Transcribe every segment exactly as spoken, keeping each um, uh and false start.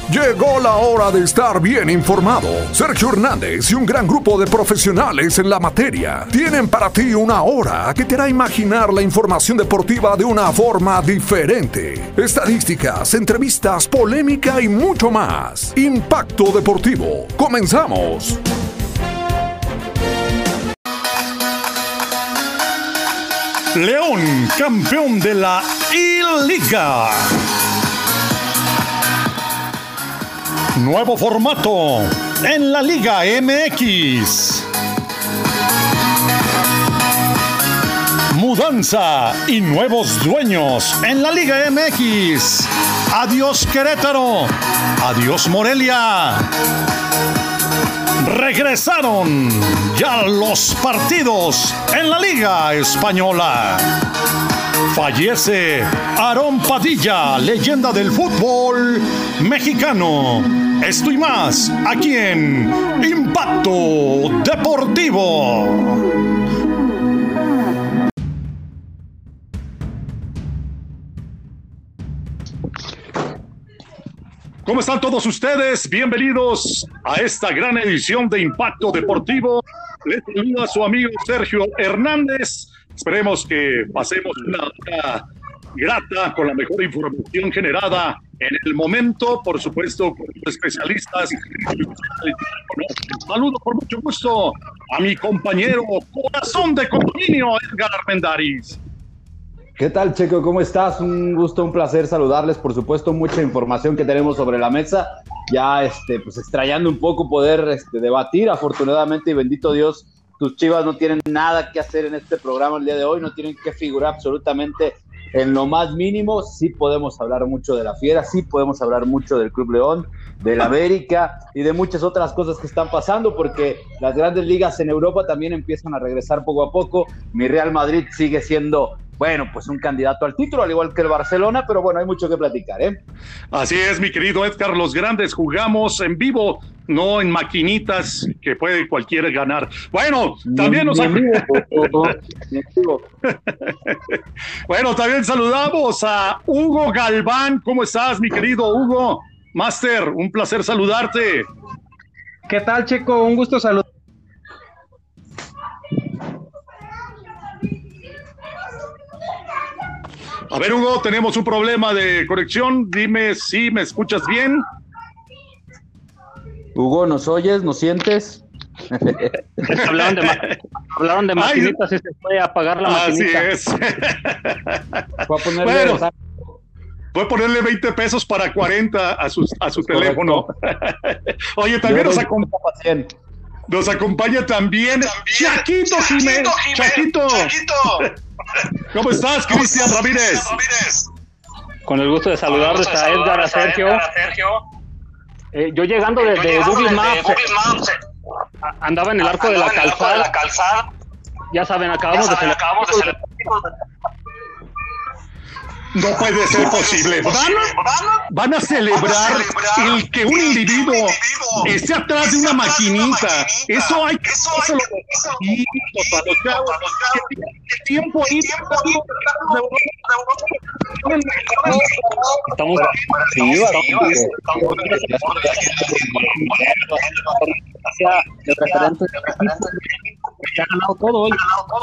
Llegó la hora de estar bien informado. Sergio Hernández y un gran grupo de profesionales en la materia tienen para ti una hora que te hará imaginar la información deportiva de una forma diferente. Estadísticas, entrevistas, polémica y mucho más. Impacto Deportivo. Comenzamos. León, campeón de la I-Liga. Nuevo formato en la Liga M X. Mudanza y nuevos dueños en la Liga M X. Adiós Querétaro. Adiós Morelia. Regresaron ya los partidos en la Liga Española. Fallece Aarón Padilla, leyenda del fútbol mexicano. Esto y más aquí en Impacto Deportivo. ¿Cómo están todos ustedes? Bienvenidos a esta gran edición de Impacto Deportivo. Les saluda a su amigo Sergio Hernández. Esperemos que pasemos una hora grata con la mejor información generada en el momento, por supuesto, con los especialistas. Saludo con mucho gusto a mi compañero corazón de condominio, Edgar Armendáriz. ¿Qué tal, Checo? ¿Cómo estás? Un gusto, un placer saludarles. Por supuesto, mucha información que tenemos sobre la mesa. Ya este, pues extrañando un poco poder este, debatir, afortunadamente, y bendito Dios, tus Chivas no tienen nada que hacer en este programa el día de hoy, no tienen que figurar absolutamente en lo más mínimo. Sí podemos hablar mucho de la Fiera, sí podemos hablar mucho del Club León, del América y de muchas otras cosas que están pasando, porque las grandes ligas en Europa también empiezan a regresar poco a poco. Mi Real Madrid sigue siendo, bueno, pues un candidato al título, al igual que el Barcelona, pero bueno, hay mucho que platicar, ¿eh? Así es, mi querido Edgar, los grandes jugamos en vivo, no en maquinitas que puede cualquiera ganar. Bueno, también nos... Bueno, también saludamos a Hugo Galván. ¿Cómo estás, mi querido Hugo? Master, un placer saludarte. ¿Qué tal, Checo? Un gusto saludar. A ver, Hugo, tenemos un problema de conexión. Dime si me escuchas bien. Hugo, ¿nos oyes? ¿Nos sientes? hablaron de, ma- hablaron de maquinitas y se fue a apagar la maquinita. Así es. Voy a ponerle, bueno, voy a ponerle veinte pesos para cuarenta a su, a su teléfono. Oye, también nos acompaña, nos acompaña también, también Chaquito Jiménez. Chaquito. Chaquito. ¿Cómo estás, Cristian Ramírez? Con el gusto de saludarles a Edgar, a Sergio. Eh, yo llegando desde de Google Maps, Maps andaba en el arco, de la, calzada. de la calzada. Ya saben, acabamos ya saben, de acabamos de celebrar. No puede ser no posible. Van, van a celebrar el que un individuo esté atrás de una maquinita. Eso hay que eso lo el tiempo ahí. Estamos se ha ganado todo hoy.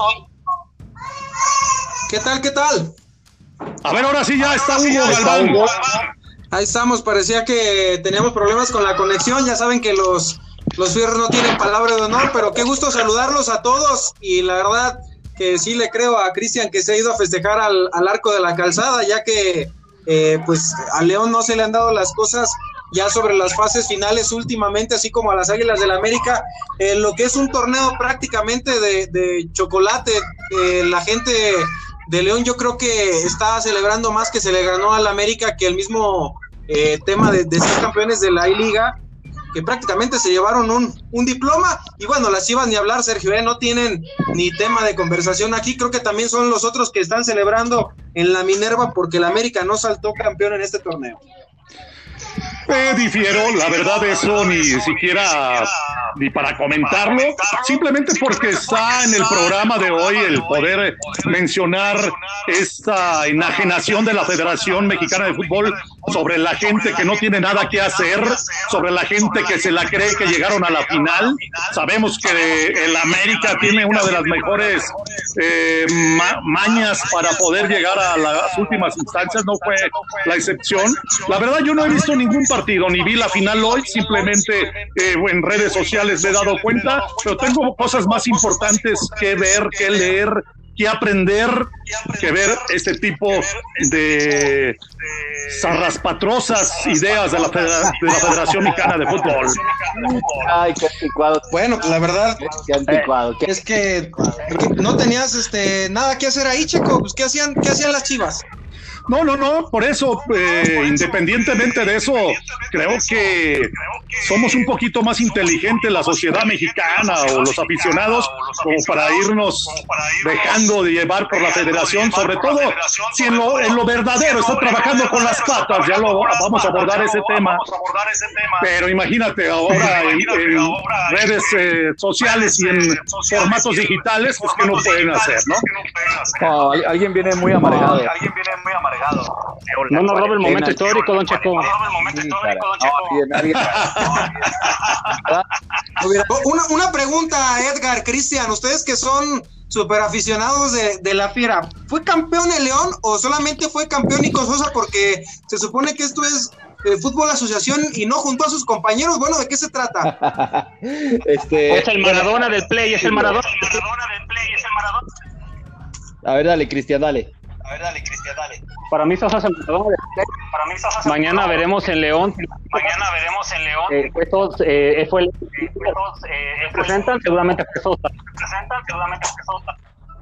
¿Qué tal? ¿Qué tal? A ver, ahora sí ya está Hugo Galván. Ahí estamos, parecía que teníamos problemas con la conexión. Ya saben que los, los fierros no tienen palabra de honor, pero qué gusto saludarlos a todos. Y la verdad que sí le creo a Cristian que se ha ido a festejar al, al arco de la calzada, ya que eh, pues a León no se le han dado las cosas ya sobre las fases finales últimamente, así como a las Águilas del América, eh, lo que es un torneo prácticamente de, de chocolate. Eh, la gente de León yo creo que está celebrando más que se le ganó al América que el mismo eh, tema de, de ser campeones de la I-Liga, que prácticamente se llevaron un, un diploma. Y bueno, las Chivas ni hablar, Sergio, ¿eh? No tienen ni tema de conversación aquí. Creo que también son los otros que están celebrando en la Minerva porque el América no saltó campeón en este torneo. Eh, difiero, la verdad eso ni siquiera ni para comentarlo, simplemente porque está en el programa de hoy el poder mencionar esta enajenación de la Federación Mexicana de Fútbol sobre la gente que no tiene nada que hacer, sobre la gente que se la cree que llegaron a la final. Sabemos que el América tiene una de las mejores eh, ma- mañas para poder llegar a las últimas instancias, no fue la excepción. La verdad yo no he visto ningún partido, ni vi la final hoy, simplemente eh, en redes sociales me he dado cuenta, pero tengo cosas más importantes que ver, que leer, que aprender, que ver este tipo de zarraspatrosas ideas de la, Federa- de la Federación Mexicana de Fútbol. Ay, qué anticuado. Bueno, la verdad Qué anticuado. Qué- es que no tenías este nada que hacer ahí, Checo. Pues, ¿qué hacían, qué hacían las Chivas? No, no, no, por eso, eh, independientemente de eso, creo que somos un poquito más inteligentes la sociedad mexicana o los aficionados como para irnos dejando de llevar por la federación, sobre todo si en lo, en lo verdadero está trabajando con las patas, ya lo vamos a abordar ese tema, pero imagínate ahora en, en redes eh, sociales y en formatos digitales, pues que no pueden hacer, ¿no? Oh, al- alguien viene muy amargado. No nos robe el momento histórico, don Checo. Sí, cara. No, bien, alguien- No hubiera- Oh, Una, una pregunta, Edgar, Cristian, ustedes que son super aficionados de, de la Fiera, ¿fue campeón el León o solamente fue campeón Nico Sosa? Porque se supone que esto es eh, fútbol asociación y no junto a sus compañeros. Bueno, ¿de qué se trata? este, Es el Maradona del Play, es el Maradona. A ver, dale, Cristian, dale. Para mí Sosa es el Maradona del Play. Mañana veremos en León. Mañana veremos en León. Eh, estos, eh, fue el, eh, presentan, seguramente fue Sosa. Presentan seguramente Sosa.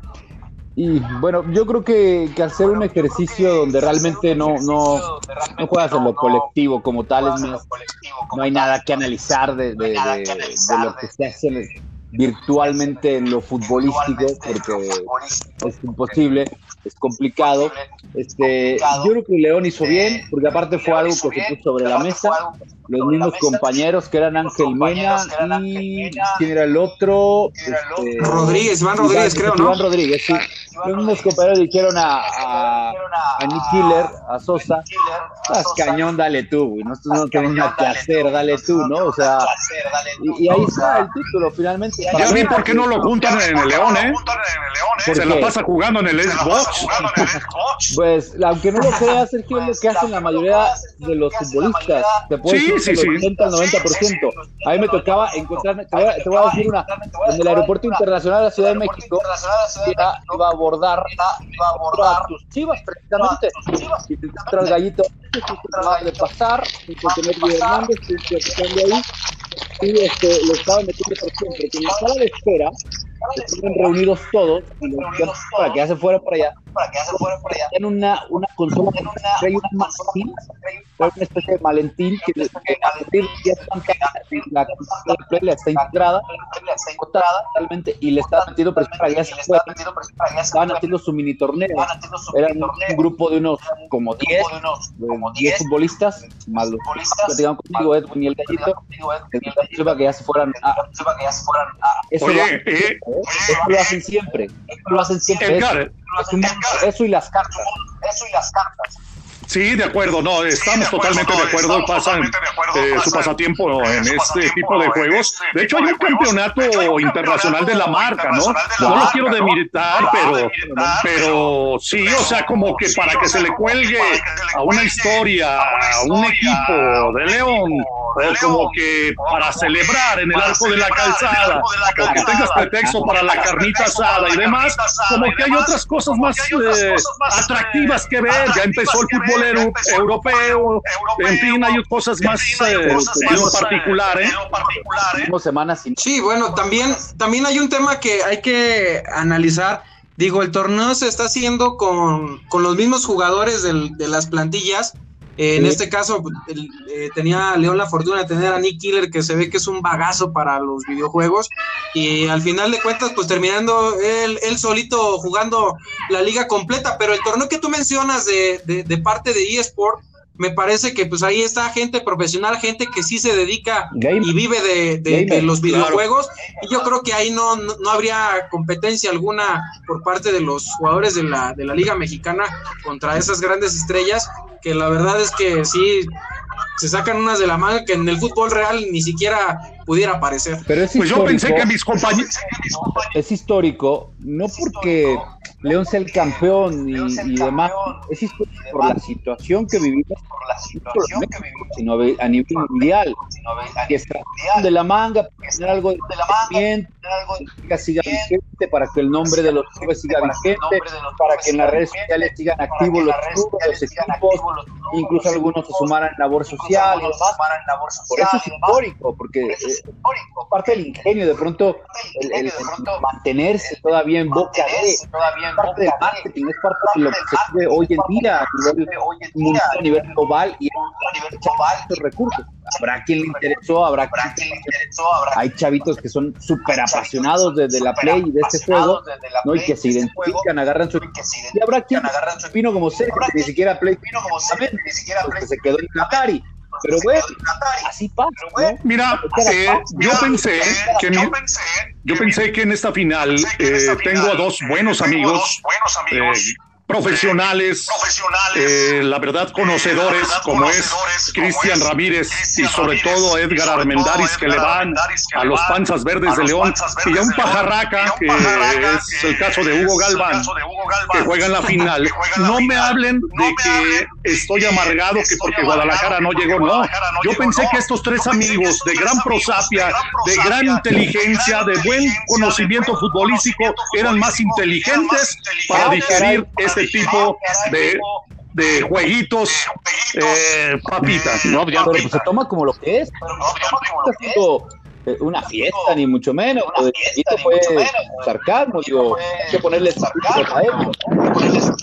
Y bueno, yo creo que, que hacer un ejercicio donde realmente no, no, no juegas en lo colectivo como tal, es más, no hay nada que analizar de, de, de, de lo que se hace virtualmente en lo futbolístico, porque es imposible, es complicado. Este, yo creo que León hizo bien, porque aparte fue algo que se puso sobre la mesa. Los mismos compañeros que eran Ángel Mena y ¿quién era el otro? Este, Rodríguez, Iván Rodríguez, creo, ¿no? Iván Rodríguez, sí. Los mismos compañeros dijeron a, a, a Nick Killer, a Sosa, haz cañón, dale tú, güey. Nosotros no tenemos nada que hacer, dale tú, ¿no? O sea, y, y ahí está el título, finalmente. Ya vi por qué no lo juntan en el León, ¿eh? ¿Por Se qué? la pasa jugando en el Xbox. Pues, aunque no lo creas, Sergio, es lo que hacen la mayoría de los futbolistas. Te puedo Sí, decir sí, que sí. el ochenta al noventa por ciento. A mí me tocaba encontrarme, te voy a, te voy a decir una, en el aeropuerto internacional de la Ciudad de México, iba, iba a abordar, iba a abordar tus Chivas, precisamente, y te encuentras Gallito, que acaba de pasar, sin que tener Guillermo Hernández, sin que están de ahí, y este, lo estaban metiendo por siempre, porque en la sala de espera, estuvieron reunidos todos, y los chicos, para que ya se fueran para allá, Para que ya se fueran por allá. en una, una consola que trae un maletín, trae una especie de maletín que, que a partir ya están, la consola de Play la está integrada, totalmente, y le está metiendo presión para que ya se fueran. Estaban haciendo su mini torneo, eran un grupo de unos como diez, diez futbolistas, más los que tenían conmigo, Edwin y el Gallito, para que ya se fueran a... Eso, Oye, lo, eh, eso lo hacen siempre, eso lo hacen siempre, Edgar, eso, es un- eso y las cartas. Eso y las cartas. sí, de acuerdo, no, estamos totalmente de acuerdo, pasan eh, su pasatiempo en este tipo de juegos. De hecho, hay un campeonato internacional de la marca, ¿no? No lo quiero demeritar, pero, pero sí, o sea, como que para que se le cuelgue a una historia, a un equipo de León, o como que para celebrar en el arco de la calzada, o que tengas pretexto para la carnita asada y demás, como que hay otras cosas más eh, atractivas que ver. Ya empezó el fútbol euro- europeo, en fin, hay cosas más eh, en lo particular, ¿eh? Tenemos semanas sin... Sí, bueno, también, también hay un tema que hay que analizar. Digo, el torneo se está haciendo con, con los mismos jugadores del- de las plantillas. Eh, en Sí. este caso, el- eh, tenía León la fortuna de tener a Nick Killer, que se ve que es un bagazo para los videojuegos. Y al final de cuentas, pues terminando él, él solito jugando la liga completa. Pero el torneo que tú mencionas de, de, de parte de eSport, me parece que pues ahí está gente profesional, gente que sí se dedica Gamer. y vive de, de, Gamer, de los videojuegos, claro. y yo creo que ahí no, no, no habría competencia alguna por parte de los jugadores de la, de la Liga Mexicana contra esas grandes estrellas, que la verdad es que sí se sacan unas de la manga que en el fútbol real ni siquiera pudiera aparecer. Pero es Pues yo pensé histórico. que mis compañeros... Es histórico, no porque León sea el campeón y, y demás, es histórico por la situación que vivimos, no solo en México, sino a nivel mundial, que está de la manga, para tener algo de movimiento, que siga vigente, para que el nombre de los clubes siga vigente, para que en las redes sociales sigan activos los clubes, los equipos, incluso algunos se sumaran en labor social, y demás. Por eso es histórico, porque eh, parte del ingenio, de pronto, el, el, el mantenerse todavía en boca de, parte del marketing, es parte de lo que se vive hoy en día a nivel mundial, a nivel global, y estos recursos. Habrá quien le interesó, habrá quien le interesó, hay chavitos que son súper apasionados de, de la Play y de este juego, ¿no? Y que se identifican, agarran su... Y habrá quien vino como Sergio, que ni siquiera Play, porque se quedó en Atari. Pero bueno, así pasa, ¿no? Mira, eh, yo pensé que mi, yo pensé que en esta final eh, tengo a dos buenos amigos, eh, profesionales, eh, la verdad conocedores, como es Cristian Ramírez y sobre todo Edgar Armendáriz, que le van a los Panzas Verdes de León, y a un pajarraca, que es el caso de Hugo Galván, que juega en la final. No me hablen de que estoy amargado que porque Guadalajara no llegó, no. Yo pensé que estos tres amigos de gran prosapia, de gran inteligencia, de buen conocimiento futbolístico, eran más inteligentes para digerir este tipo de, de jueguitos, eh, papitas. No, ya, pero pues se toma como lo que es. No está haciendo una fiesta, ni mucho menos. Lo de Chiquito fue sarcasmo, digo, hay que ponerle sarcasmo a él.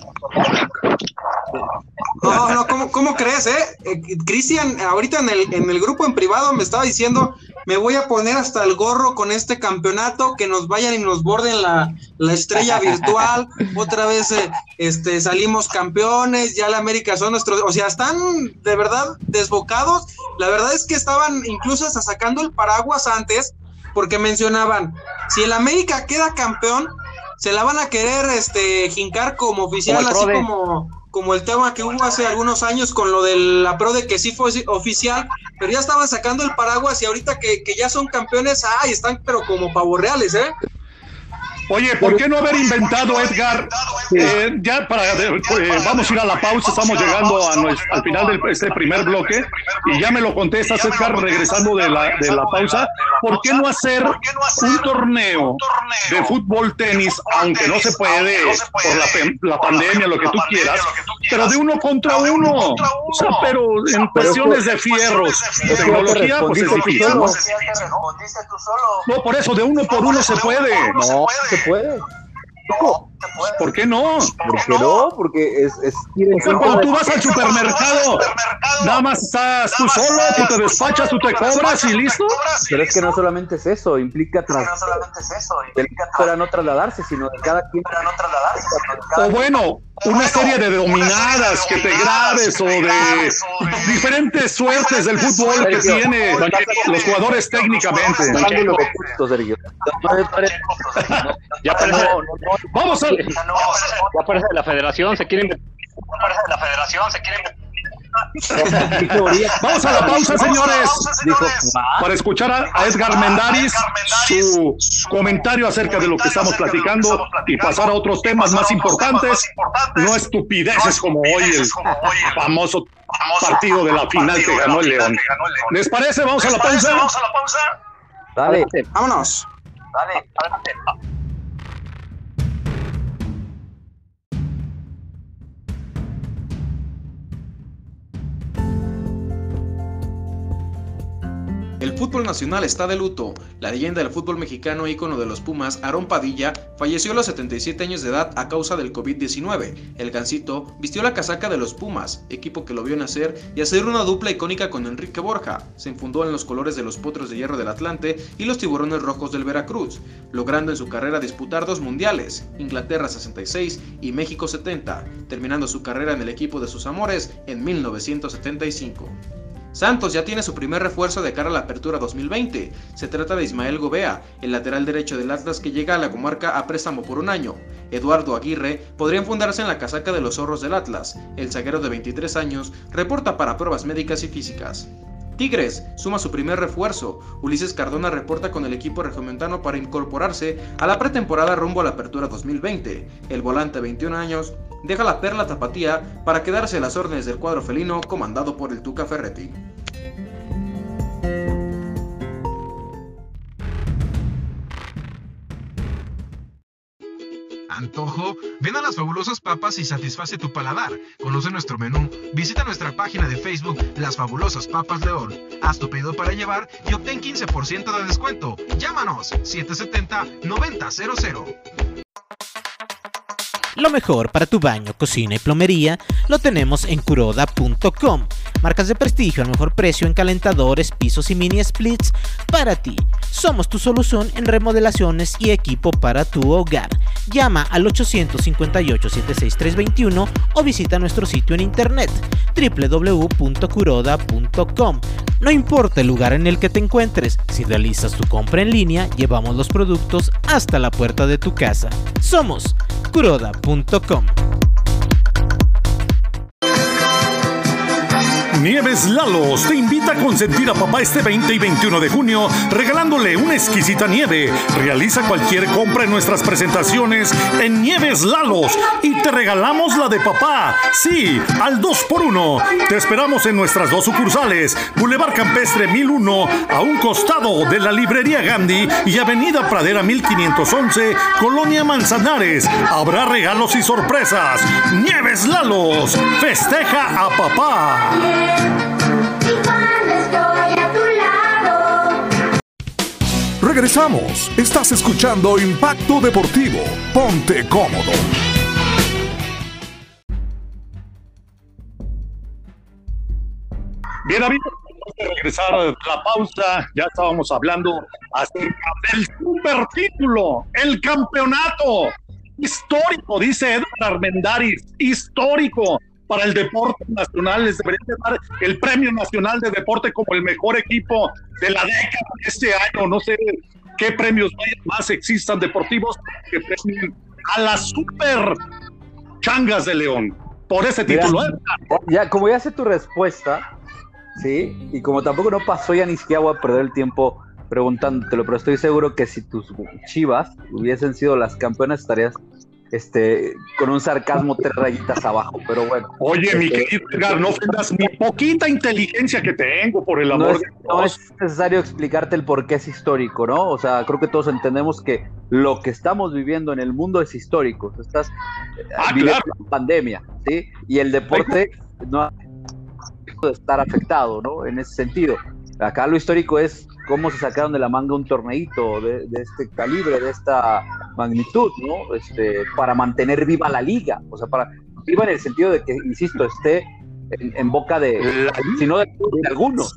No, no, ¿cómo, cómo crees, eh? eh Cristian, ahorita en el, en el grupo en privado me estaba diciendo, me voy a poner hasta el gorro con este campeonato, que nos vayan y nos borden la, la estrella virtual, otra vez eh, este, salimos campeones, ya la América son nuestros, o sea, están de verdad desbocados. La verdad es que estaban incluso hasta sacando el paraguas antes, porque mencionaban, si el América queda campeón, se la van a querer este jincar como oficial, como así como, como el tema que hubo hace algunos años con lo de la Prode, que sí fue oficial, pero ya estaban sacando el paraguas, y ahorita que, que ya son campeones, ay, están pero como pavos reales, ¿eh? Oye, ¿por qué no haber inventado, Edgar? Eh, ya para eh, vamos a ir a la pausa, estamos llegando a nuestro, al final de este primer bloque, y ya me lo contestas, Edgar, regresando de la, de la pausa. ¿Por qué no hacer un torneo de fútbol tenis, aunque no se puede por la, la pandemia, lo que tú quieras, pero de uno contra uno? O sea, pero en cuestiones de fierros, de tecnología, pues es difícil, ¿no? No, por eso, de uno por uno se puede. No, se puede. No, ¿Por qué no? ¿Por qué no? Porque es... es o sea, cuando tú vas al supermercado, nada más estás tú solo, tú te despachas, tú te cobras y listo. Pero es que no solamente es eso, implica no solamente es eso, implica para no trasladarse, sino de cada quien. para no trasladarse, sino de cada O bueno, una serie de dominadas que te grabes, o de diferentes suertes del fútbol que tiene los jugadores técnicamente. Lo que justo, Sergio. Ya parece, Vamos a... ya parece de la federación, se quieren... parece de la federación, se quieren... Vamos a la pausa, señores, Dijo, para escuchar a, a Edgar Armendáriz, su comentario acerca de lo que estamos platicando, y pasar a otros temas más importantes, no estupideces como hoy el famoso partido de la final que ganó el León. ¿Les parece? Vamos a la pausa. dale. Vámonos. Dale, adelante. El fútbol nacional está de luto. La leyenda del fútbol mexicano, ícono de los Pumas, Aarón Padilla, falleció a los setenta y siete años de edad a causa del COVID diecinueve. El Gansito vistió la casaca de los Pumas, equipo que lo vio nacer y hacer una dupla icónica con Enrique Borja. Se infundó en los colores de los Potros de Hierro del Atlante y los Tiburones Rojos del Veracruz, logrando en su carrera disputar dos mundiales, Inglaterra sesenta y seis y México setenta, terminando su carrera en el equipo de sus amores en mil novecientos setenta y cinco. Santos ya tiene su primer refuerzo de cara a la apertura dos mil veinte. Se trata de Ismael Gobea, el lateral derecho del Atlas que llega a la comarca a préstamo por un año. Eduardo Aguirre podría enfundarse en la casaca de los zorros del Atlas. El zaguero de veintitrés años reporta para pruebas médicas y físicas. Tigres suma su primer refuerzo. Ulises Cardona reporta con el equipo regiomontano para incorporarse a la pretemporada rumbo a la apertura dos mil veinte. El volante de veintiún años deja la perla tapatía para quedarse a las órdenes del cuadro felino comandado por el Tuca Ferretti. ¿Antojo? Ven a Las Fabulosas Papas y satisface tu paladar. Conoce nuestro menú, visita nuestra página de Facebook Las Fabulosas Papas León. Haz tu pedido para llevar y obtén quince por ciento de descuento. Llámanos siete siete cero, nueve cero cero cero. Lo mejor para tu baño, cocina y plomería lo tenemos en Kuroda punto com. Marcas de prestigio al mejor precio en calentadores, pisos y mini splits para ti. Somos tu solución en remodelaciones y equipo para tu hogar. Llama al ochocientos cincuenta y ocho, setenta y seis, trescientos veintiuno o visita nuestro sitio en internet doble u doble u doble u punto kuroda punto com. No importa el lugar en el que te encuentres, si realizas tu compra en línea, llevamos los productos hasta la puerta de tu casa. Somos Kuroda punto com. Nieves Lalos te invita a consentir a papá este veinte y veintiuno de junio regalándole una exquisita nieve. Realiza cualquier compra en nuestras presentaciones en Nieves Lalos y te regalamos la de papá. Sí, al dos por uno. Te esperamos en nuestras dos sucursales, Boulevard Campestre mil uno, a un costado de la Librería Gandhi, y Avenida Pradera mil quinientos once, Colonia Manzanares. Habrá regalos y sorpresas. Nieves Lalos, festeja a papá. Y cuando estoy a tu lado. Regresamos. Estás escuchando Impacto Deportivo. Ponte cómodo. Bien, amigos, vamos a regresar a la pausa. Ya estábamos hablando acerca del super título, el campeonato histórico, dice Edgar Armendáriz, histórico para el deporte nacional. Les deberían dar el Premio Nacional de Deporte como el mejor equipo de la década de este año. No sé qué premios más existan deportivos que premien a las super changas de León por ese título. Mira, ya, como ya sé tu respuesta, sí, y como tampoco no pasó, ya ni siquiera voy a perder el tiempo preguntándotelo, pero estoy seguro que si tus Chivas hubiesen sido las campeonas estarías este, con un sarcasmo tres rayitas abajo, pero bueno. Oye, este, mi querido Edgar, no ofendas mi poquita inteligencia que tengo, por el amor no es, de Dios. No es necesario explicarte el por qué es histórico, ¿no? O sea, creo que todos entendemos que lo que estamos viviendo en el mundo es histórico. Estás ah, viviendo claro. una pandemia, ¿sí? Y el deporte no ha de estar afectado, ¿no? En ese sentido. Acá lo histórico es cómo se sacaron de la manga un torneito de, de este calibre, de esta magnitud, ¿no? Este, para mantener viva la liga, o sea, para viva en el sentido de que, insisto, esté en, en boca de, si no de, de algunos.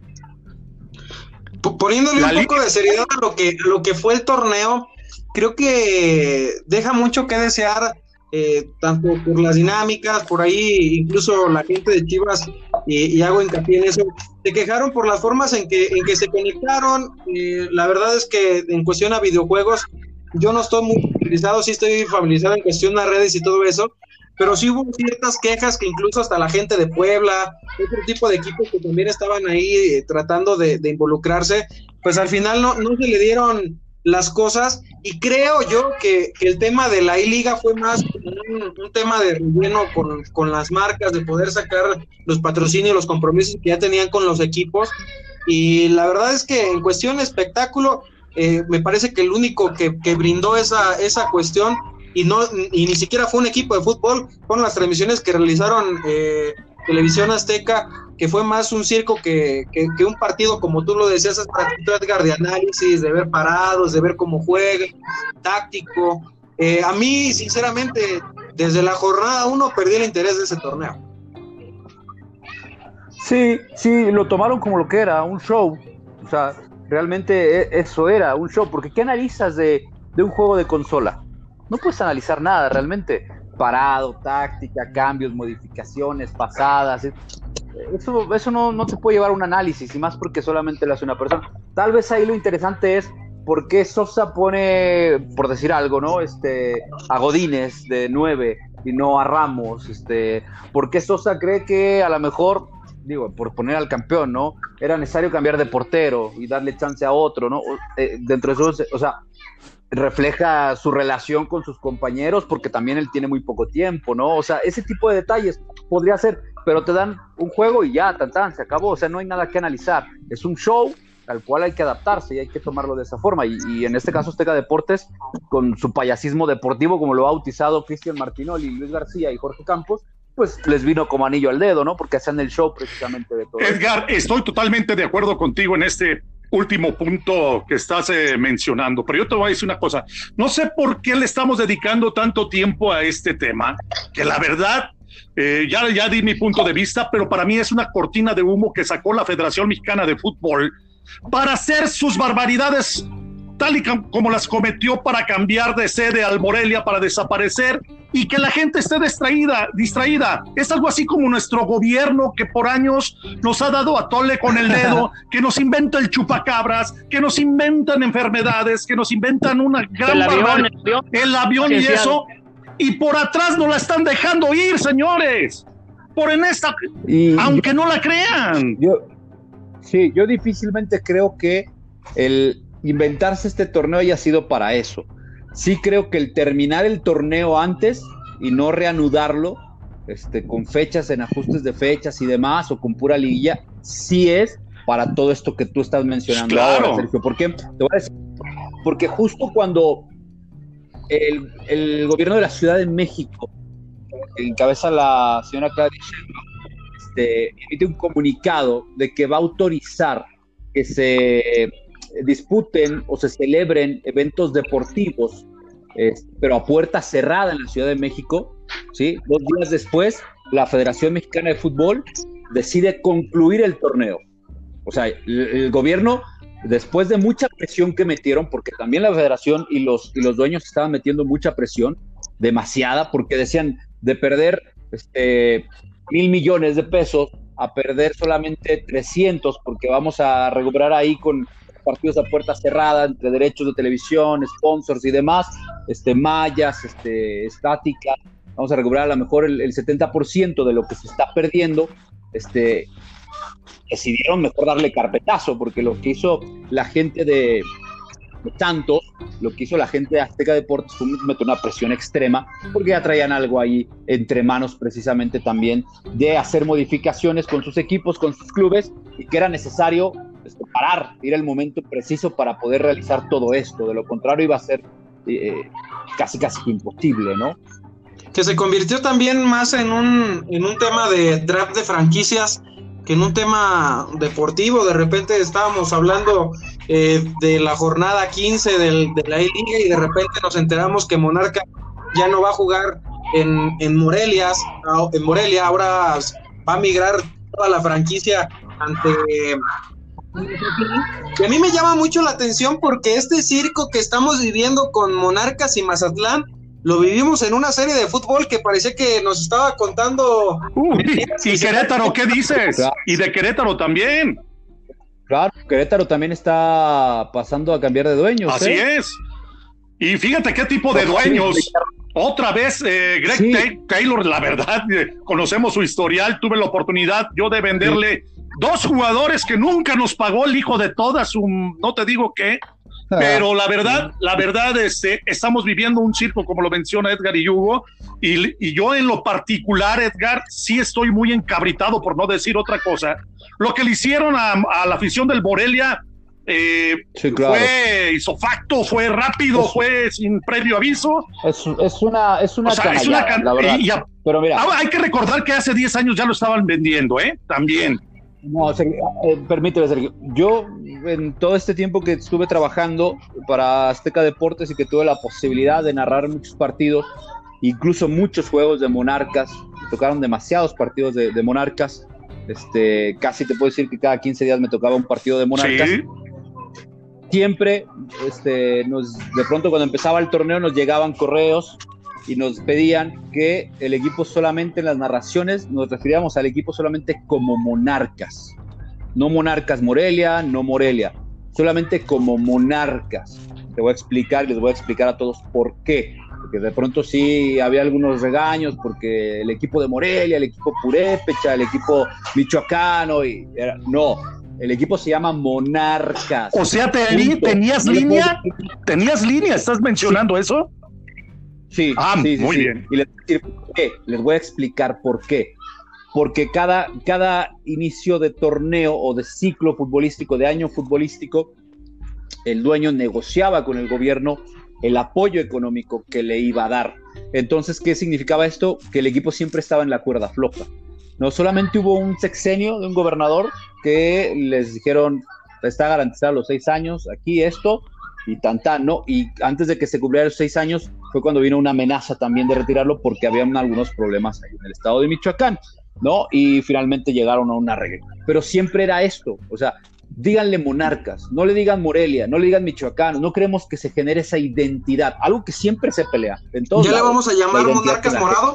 Poniéndole un poco de seriedad a lo que, a lo que fue el torneo, creo que deja mucho que desear, eh, tanto por las dinámicas, por ahí incluso la gente de Chivas, y, y hago hincapié en eso, se quejaron por las formas en que, en que se conectaron. Eh, la verdad es que en cuestión a videojuegos, yo no estoy muy familiarizado, sí estoy familiarizado en cuestión a redes y todo eso, pero sí hubo ciertas quejas que incluso hasta la gente de Puebla, otro tipo de equipos que también estaban ahí eh, tratando de, de involucrarse, pues al final no, no se le dieron las cosas, y creo yo que, que el tema de la I-Liga fue más un, un tema de relleno con, con las marcas, de poder sacar los patrocinios, los compromisos que ya tenían con los equipos, y la verdad es que en cuestión de espectáculo, eh, me parece que el único que, que brindó esa, esa cuestión, y no y ni siquiera fue un equipo de fútbol, fueron las transmisiones que realizaron eh, Televisión Azteca, que fue más un circo que, que, que un partido, como tú lo decías, es para Edgar, de análisis, de ver parados, de ver cómo juega, táctico. Eh, a mí, sinceramente, desde la jornada uno perdí el interés de ese torneo. Sí, sí, lo tomaron como lo que era, un show. O sea, realmente eso era, un show. Porque ¿qué analizas de, de un juego de consola? No puedes analizar nada, realmente. Parado, táctica, cambios, modificaciones, pasadas. Eso, eso no, no te puede llevar a un análisis, y más porque solamente lo hace una persona. Tal vez ahí lo interesante es por qué Sosa pone, por decir algo, ¿no? Este, a Godínez de nueve y no a Ramos. Este, ¿por qué Sosa cree que a lo mejor, digo, por poner al campeón, ¿no? Era necesario cambiar de portero y darle chance a otro, ¿no? Eh, dentro de eso, o sea, refleja su relación con sus compañeros, porque también él tiene muy poco tiempo, ¿no? O sea, ese tipo de detalles podría ser, pero te dan un juego y ya, tan tan, se acabó. O sea, no hay nada que analizar. Es un show al cual hay que adaptarse y hay que tomarlo de esa forma. Y, y en este caso Azteca Deportes, con su payasismo deportivo, como lo ha bautizado Cristian Martinoli, Luis García y Jorge Campos, pues les vino como anillo al dedo, ¿no? Porque hacen el show precisamente de todo. Edgar, estoy totalmente de acuerdo contigo en este último punto que estás eh, mencionando, pero yo te voy a decir una cosa, no sé por qué le estamos dedicando tanto tiempo a este tema, que la verdad, eh, ya, ya di mi punto de vista, pero para mí es una cortina de humo que sacó la Federación Mexicana de Fútbol para hacer sus barbaridades tal y como las cometió, para cambiar de sede al Morelia, para desaparecer y que la gente esté distraída, distraída. Es algo así como nuestro gobierno, que por años nos ha dado a tole con el dedo, que nos inventa el chupacabras, que nos inventan enfermedades, que nos inventan una gran el avión, barbaridad, el avión, el avión y eso, y por atrás nos la están dejando ir, señores, por en esta, y aunque yo, no la crean. Yo, sí, yo difícilmente creo que el inventarse este torneo haya sido para eso. Sí creo que el terminar el torneo antes y no reanudarlo, este, con fechas en ajustes de fechas y demás, o con pura liguilla, sí es para todo esto que tú estás mencionando. Claro. Ahora, Sergio. ¿Por qué? Te voy a decir, porque justo cuando el, el gobierno de la Ciudad de México, que encabeza la señora Claudia Sheinbaum, este, emite un comunicado de que va a autorizar que se disputen o se celebren eventos deportivos, eh, pero a puerta cerrada en la Ciudad de México, ¿sí? Dos días después, la Federación Mexicana de Fútbol decide concluir el torneo. O sea, el, el gobierno, después de mucha presión que metieron, porque también la Federación y los, y los dueños estaban metiendo mucha presión, demasiada, porque decían, de perder este, mil millones de pesos a perder solamente trescientos, porque vamos a recuperar ahí con partidos a puerta cerrada, entre derechos de televisión, sponsors y demás, este, mallas, este, estática, vamos a recuperar a lo mejor el, el setenta por ciento de lo que se está perdiendo. Este, decidieron mejor darle carpetazo, porque lo que hizo la gente de, de Santos, lo que hizo la gente de Azteca Deportes fue meter una presión extrema, porque ya traían algo ahí entre manos, precisamente también de hacer modificaciones con sus equipos, con sus clubes, y que era necesario parar, ir el momento preciso para poder realizar todo esto. De lo contrario iba a ser eh, casi casi imposible, ¿no? Que se convirtió también más en un, en un tema de draft de franquicias que en un tema deportivo. De repente estábamos hablando eh, de la jornada quince del, de la liga y de repente nos enteramos que Monarca ya no va a jugar en, en Morelia, en Morelia, ahora va a migrar toda la franquicia ante... Y a mí me llama mucho la atención porque este circo que estamos viviendo con Monarcas y Mazatlán lo vivimos en una serie de fútbol que parecía que nos estaba contando. Uh, y Querétaro, ¿qué dices? Claro. Y de Querétaro también. Claro, Querétaro también está pasando a cambiar de dueños. Así ¿eh? es. Y fíjate qué tipo de dueños. Otra vez, eh, Greg sí. Taylor, la verdad, eh, conocemos su historial. Tuve la oportunidad yo de venderle sí. dos jugadores que nunca nos pagó el hijo de todas, un, no te digo qué, pero la verdad, la verdad, este, estamos viviendo un circo, como lo menciona Edgar y Hugo, y, y yo en lo particular, Edgar, sí estoy muy encabritado, por no decir otra cosa. Lo que le hicieron a, a la afición del Morelia eh, sí, claro. fue isofacto, fue rápido, es, fue sin previo aviso. Es, es una, es una, o sea, es una can- la verdad. Y, y a, pero mira, hay que recordar que hace diez años ya lo estaban vendiendo, ¿eh? También. No, Sergio, eh, permíteme, Sergio. Yo, en todo este tiempo que estuve trabajando para Azteca Deportes y que tuve la posibilidad de narrar muchos partidos, incluso muchos juegos de Monarcas, me tocaron demasiados partidos de, de Monarcas, este, casi te puedo decir que cada quince días me tocaba un partido de Monarcas. Sí. Siempre, este, nos, de pronto cuando empezaba el torneo nos llegaban correos y nos pedían que el equipo solamente en las narraciones nos referíamos al equipo solamente como Monarcas, no Monarcas Morelia, no Morelia, solamente como Monarcas. Te voy a explicar, les voy a explicar a todos por qué, porque de pronto sí había algunos regaños, porque el equipo de Morelia, el equipo Purépecha, el equipo michoacano, y era, no, el equipo se llama Monarcas. O sea, te, ¿tenías no línea? ¿Tenías línea? ¿Estás mencionando sí. eso? Sí, ah, sí, sí, muy sí. bien. Y les voy a decir por qué. Les voy a explicar por qué. Porque cada, cada inicio de torneo o de ciclo futbolístico, de año futbolístico, el dueño negociaba con el gobierno el apoyo económico que le iba a dar. Entonces, ¿qué significaba esto? Que el equipo siempre estaba en la cuerda floja. No solamente hubo un sexenio de un gobernador que les dijeron, está garantizado los seis años, aquí esto, y tan tan, ¿no? Y antes de que se cumplieran los seis años fue cuando vino una amenaza también de retirarlo porque habían algunos problemas ahí en el estado de Michoacán, ¿no? Y finalmente llegaron a un arreglo. Pero siempre era esto, o sea, díganle Monarcas, no le digan Morelia, no le digan Michoacán, no queremos que se genere esa identidad, algo que siempre se pelea. En todos ¿Ya lados, le vamos a llamar Monarcas Morado?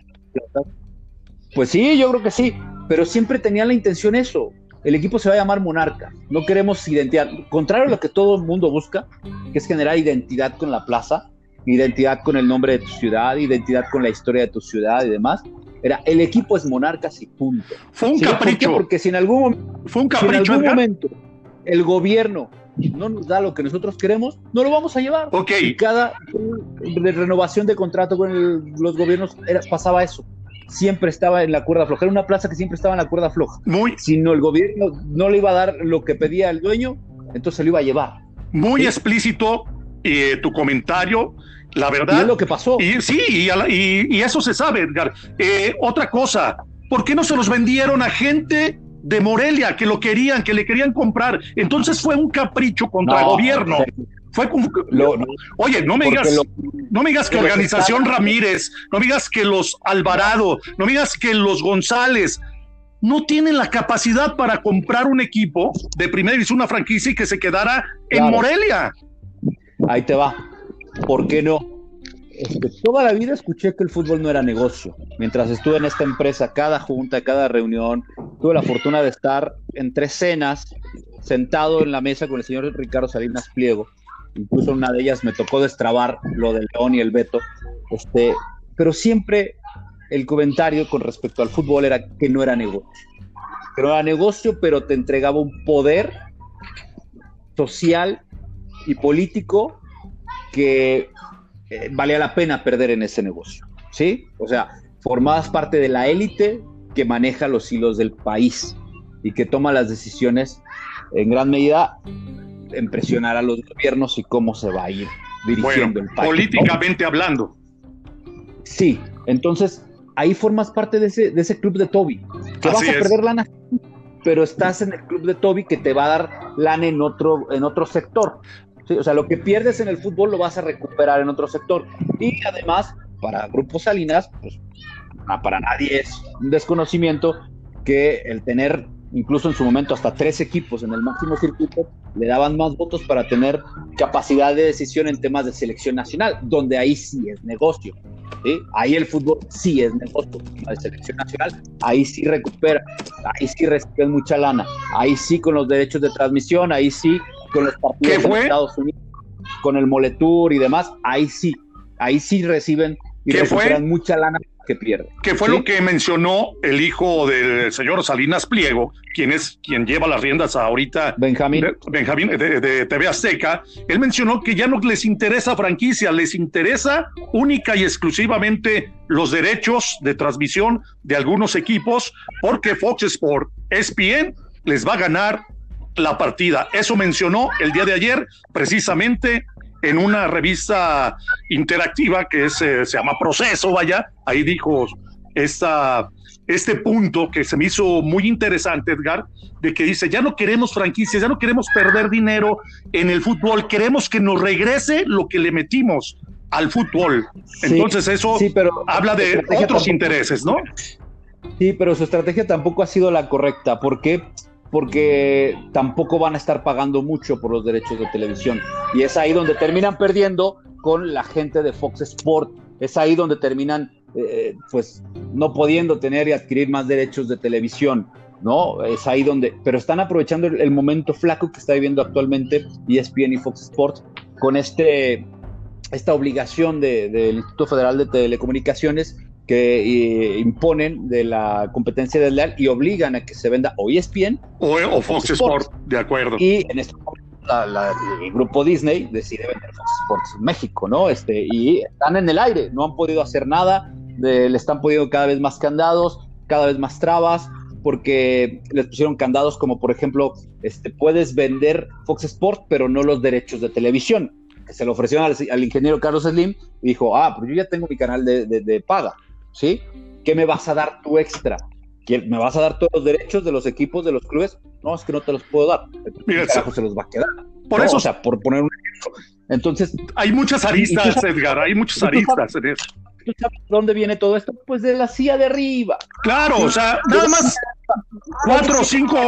Pues sí, yo creo que sí, pero siempre tenían la intención eso. El equipo se va a llamar Monarca. No queremos identidad. Contrario a lo que todo el mundo busca, que es generar identidad con la plaza, identidad con el nombre de tu ciudad, identidad con la historia de tu ciudad y demás. Era, el equipo es Monarcas y punto. Fue un ¿Sí? capricho. ¿Por qué? Porque si en algún, Fue un si en capricho, algún Edgar. momento el gobierno no nos da lo que nosotros queremos, no lo vamos a llevar. Ok. Y cada de renovación de contrato con el, los gobiernos era, pasaba eso. Siempre estaba en la cuerda floja. Era una plaza que siempre estaba en la cuerda floja. Muy, si no, el gobierno no le iba a dar lo que pedía el dueño, entonces se lo iba a llevar. muy ¿Sí? explícito eh, tu comentario. La verdad. Y es lo que pasó. Y, sí, y, a la- y- y eso se sabe, Edgar. Eh, otra cosa, ¿por qué no se los vendieron a gente de Morelia que lo querían, que le querían comprar? Entonces fue un capricho contra No, el gobierno. Fue como, Lo- no, oye, no me porque digas, lo- no me digas que lo que Organización está- Ramírez, no me digas que los Alvarado, no me digas que los González no tienen la capacidad para comprar un equipo de primera división, una franquicia y que se quedara en Claro. Morelia. Ahí te va. ¿Por qué no? Este, toda la vida escuché que el fútbol no era negocio. Mientras estuve en esta empresa, cada junta, cada reunión, tuve la fortuna de estar en tres cenas, sentado en la mesa con el señor Ricardo Salinas Pliego. Incluso en una de ellas me tocó destrabar lo del León y el Beto. Este, pero siempre el comentario con respecto al fútbol era que no era negocio. Que no era negocio, pero te entregaba un poder social y político que eh, valía la pena perder en ese negocio, ¿sí? O sea, formabas parte de la élite que maneja los hilos del país y que toma las decisiones en gran medida en presionar a los gobiernos y cómo se va a ir dirigiendo Bueno, el país. políticamente ¿no? hablando. Sí, entonces ahí formas parte de ese, de ese club de Toby, que Así vas a es. perder lana, pero estás en el club de Toby que te va a dar lana en otro, en otro sector. Sí, o sea, lo que pierdes en el fútbol lo vas a recuperar en otro sector. Y además, para Grupo Salinas, pues na- para nadie es un desconocimiento que el tener incluso en su momento hasta tres equipos en el máximo circuito le daban más votos para tener capacidad de decisión en temas de selección nacional, donde ahí sí es negocio, ¿sí? Ahí el fútbol sí es negocio, la de selección nacional, ahí sí recupera, ahí sí reciben mucha lana, ahí sí con los derechos de transmisión, ahí sí con los partidos ¿Qué fue? en Estados Unidos, con el Moletour y demás, ahí sí, ahí sí reciben y ¿Qué fue? recuperan mucha lana que pierden. Que fue ¿sí? lo que mencionó el hijo del señor Salinas Pliego, quien es quien lleva las riendas ahorita, Benjamín. de, Benjamín de, de T V Azteca. Él mencionó que ya no les interesa franquicia, les interesa única y exclusivamente los derechos de transmisión de algunos equipos, porque Fox Sport, E S P N, les va a ganar la partida. Eso mencionó el día de ayer, precisamente en una revista interactiva que es, eh, se llama Proceso, vaya, ahí dijo esta, este punto que se me hizo muy interesante, Edgar, de que dice, ya no queremos franquicias, ya no queremos perder dinero en el fútbol, queremos que nos regrese lo que le metimos al fútbol. Entonces sí, eso sí, pero habla de otros tampoco, intereses, ¿no? Sí, pero su estrategia tampoco ha sido la correcta. ¿Por qué? Porque tampoco van a estar pagando mucho por los derechos de televisión. Y es ahí donde terminan perdiendo con la gente de Fox Sport. Es ahí donde terminan eh, pues no pudiendo tener y adquirir más derechos de televisión, ¿no? Es ahí donde, pero están aprovechando el, el momento flaco que está viviendo actualmente E S P N y Fox Sports con este, esta obligación del de, de Instituto Federal de Telecomunicaciones que eh, imponen de la competencia desleal y obligan a que se venda o E S P N o, o Fox, Fox Sports, Sport, de acuerdo. Y en este momento la, la, el grupo Disney decide vender Fox Sports en México, ¿no? Este, y están en el aire, no han podido hacer nada, de, le están poniendo cada vez más candados, cada vez más trabas, porque les pusieron candados como, por ejemplo, este, puedes vender Fox Sports, pero no los derechos de televisión, que se lo ofrecieron al, al ingeniero Carlos Slim, y dijo, ah, pero yo ya tengo mi canal de, de, de paga, ¿sí? ¿Qué me vas a dar tú extra? ¿Me vas a dar todos los derechos de los equipos, de los clubes? No, es que no te los puedo dar. Mira, carajo se los va a quedar. Por no, eso, o sea, por poner un ejemplo. Entonces, hay muchas aristas, sabes, Edgar, hay muchas aristas en eso. ¿Tú sabes dónde viene todo esto? Pues de la silla de arriba. Claro, o sea, nada más cuatro o cinco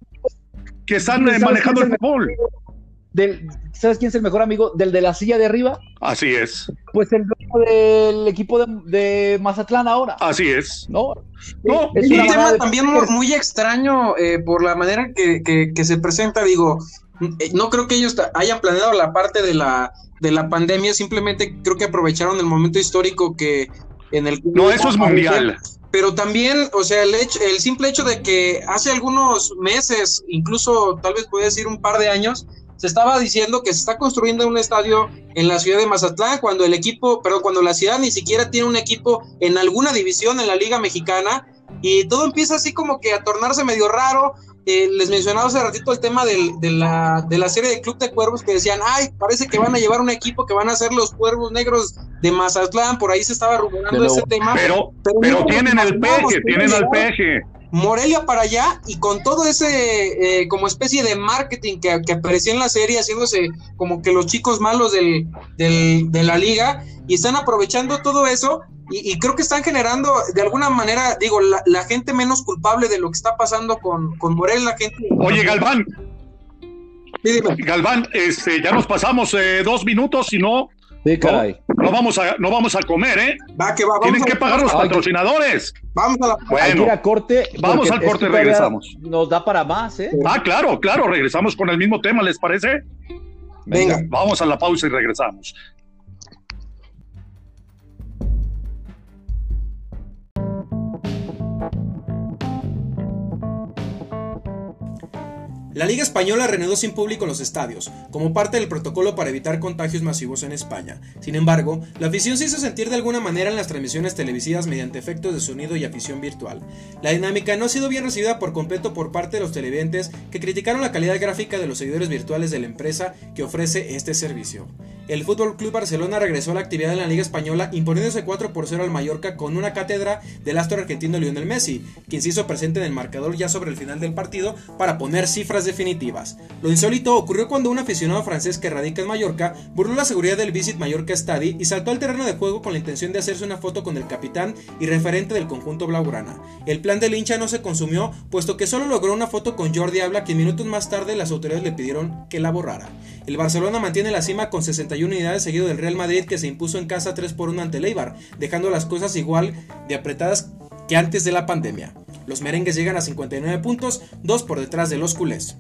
que están manejando el fútbol. Del, ¿Sabes quién es el mejor amigo del de la silla de arriba? Así es. Pues el dueño del equipo de, de Mazatlán ahora. Así es. No, no es un tema de... también muy, muy extraño eh, por la manera que, que, que se presenta. Digo, eh, no creo que ellos hayan planeado la parte de la, de la pandemia, simplemente creo que aprovecharon el momento histórico que en el... No, eso es mundial. Pero también, o sea, el, hecho, el simple hecho de que hace algunos meses, incluso tal vez puede decir un par de años, se estaba diciendo que se está construyendo un estadio en la ciudad de Mazatlán, cuando el equipo, perdón, cuando la ciudad ni siquiera tiene un equipo en alguna división en la Liga Mexicana, y todo empieza así como que a tornarse medio raro. Eh, les mencionaba hace ratito el tema del, de, la, de la serie de Club de Cuervos, que decían, ay, parece que van a llevar un equipo que van a ser los Cuervos Negros de Mazatlán, por ahí se estaba rumorando ese tema. Pero, pero, pero no, tienen el peje, tienen el peje. Morelia para allá, y con todo ese eh, como especie de marketing que, que aparecía en la serie, haciéndose como que los chicos malos del, del, de la liga, y están aprovechando todo eso, y, y creo que están generando de alguna manera, digo, la, la gente menos culpable de lo que está pasando con, con Morelia, la gente... Oye, Galván, sí, Galván, este, ya nos pasamos eh, dos minutos, si no... Sí, caray. No, no, vamos a, no vamos a comer, ¿eh? Va, que va, Tienen que pagar los patrocinadores. Vamos a la... Bueno, hay que ir a corte. Vamos al corte y regresamos. Nos da para más, ¿eh? Ah, claro, claro, regresamos con el mismo tema, ¿les parece? Venga. Venga. Vamos a la pausa y regresamos. La Liga Española reanudó sin público en los estadios, como parte del protocolo para evitar contagios masivos en España. Sin embargo, la afición se hizo sentir de alguna manera en las transmisiones televisivas mediante efectos de sonido y afición virtual. La dinámica no ha sido bien recibida por completo por parte de los televidentes, que criticaron la calidad gráfica de los seguidores virtuales de la empresa que ofrece este servicio. El F C Barcelona regresó a la actividad en la Liga Española, imponiéndose cuatro por cero al Mallorca con una cátedra del astro argentino Lionel Messi, quien se hizo presente en el marcador ya sobre el final del partido para poner cifras definitivas. Lo insólito ocurrió cuando un aficionado francés que radica en Mallorca burló la seguridad del Visit Mallorca Stadi y saltó al terreno de juego con la intención de hacerse una foto con el capitán y referente del conjunto blaugrana. El plan del hincha no se consumió, puesto que solo logró una foto con Jordi Alba, que minutos más tarde las autoridades le pidieron que la borrara. El Barcelona mantiene la cima con sesenta y una unidades, seguido del Real Madrid, que se impuso en casa tres por uno ante el Eibar, dejando las cosas igual de apretadas que antes de la pandemia. Los merengues llegan a cincuenta y nueve puntos, dos por detrás de los culés.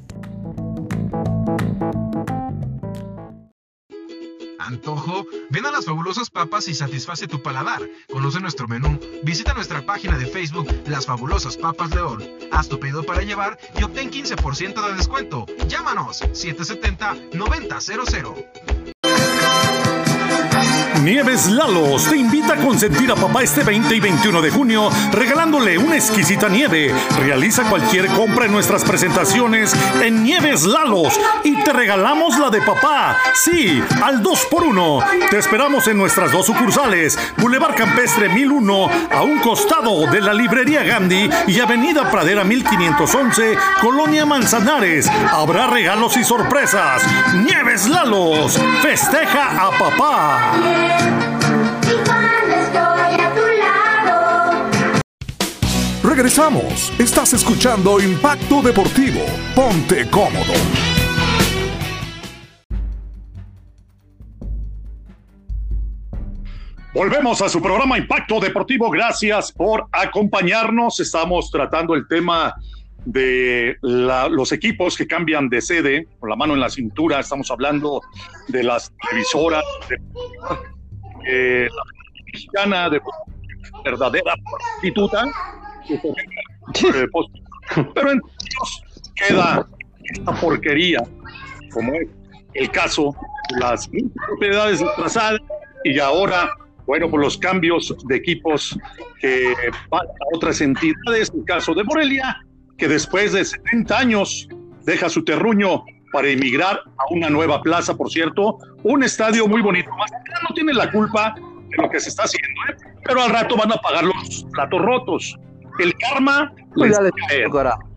¿Antojo? Ven a Las Fabulosas Papas y satisface tu paladar. Conoce nuestro menú, visita nuestra página de Facebook Las Fabulosas Papas León. Haz tu pedido para llevar y obtén quince por ciento de descuento. Llámanos siete siete cero, nueve cero cero cero. Nieves Lalos te invita a consentir a papá este veinte y veintiuno de junio regalándole una exquisita nieve. Realiza cualquier compra en nuestras presentaciones en Nieves Lalos y te regalamos la de papá. Sí, al dos por uno. Te esperamos en nuestras dos sucursales, Boulevard Campestre mil uno, a un costado de la Librería Gandhi, y Avenida Pradera mil quinientos once, Colonia Manzanares. Habrá regalos y sorpresas. Nieves Lalos, festeja a papá. Y cuando estoy a tu lado. Regresamos. Estás escuchando Impacto Deportivo. Ponte cómodo. Volvemos a su programa Impacto Deportivo. Gracias por acompañarnos. Estamos tratando el tema de la, los equipos que cambian de sede, con la mano en la cintura. Estamos hablando de las televisoras, de eh, la mexicana, de verdadera prostituta. Pero entre ellos queda esta porquería, como es el caso de las propiedades desplazadas, y ahora, bueno, por los cambios de equipos que van a otras entidades, el caso de Morelia, que después de setenta años deja su terruño para emigrar a una nueva plaza, por cierto, un estadio muy bonito. Mazatlán no tiene la culpa de lo que se está haciendo, ¿eh? Pero al rato van a pagar los platos rotos. El karma les va a caer.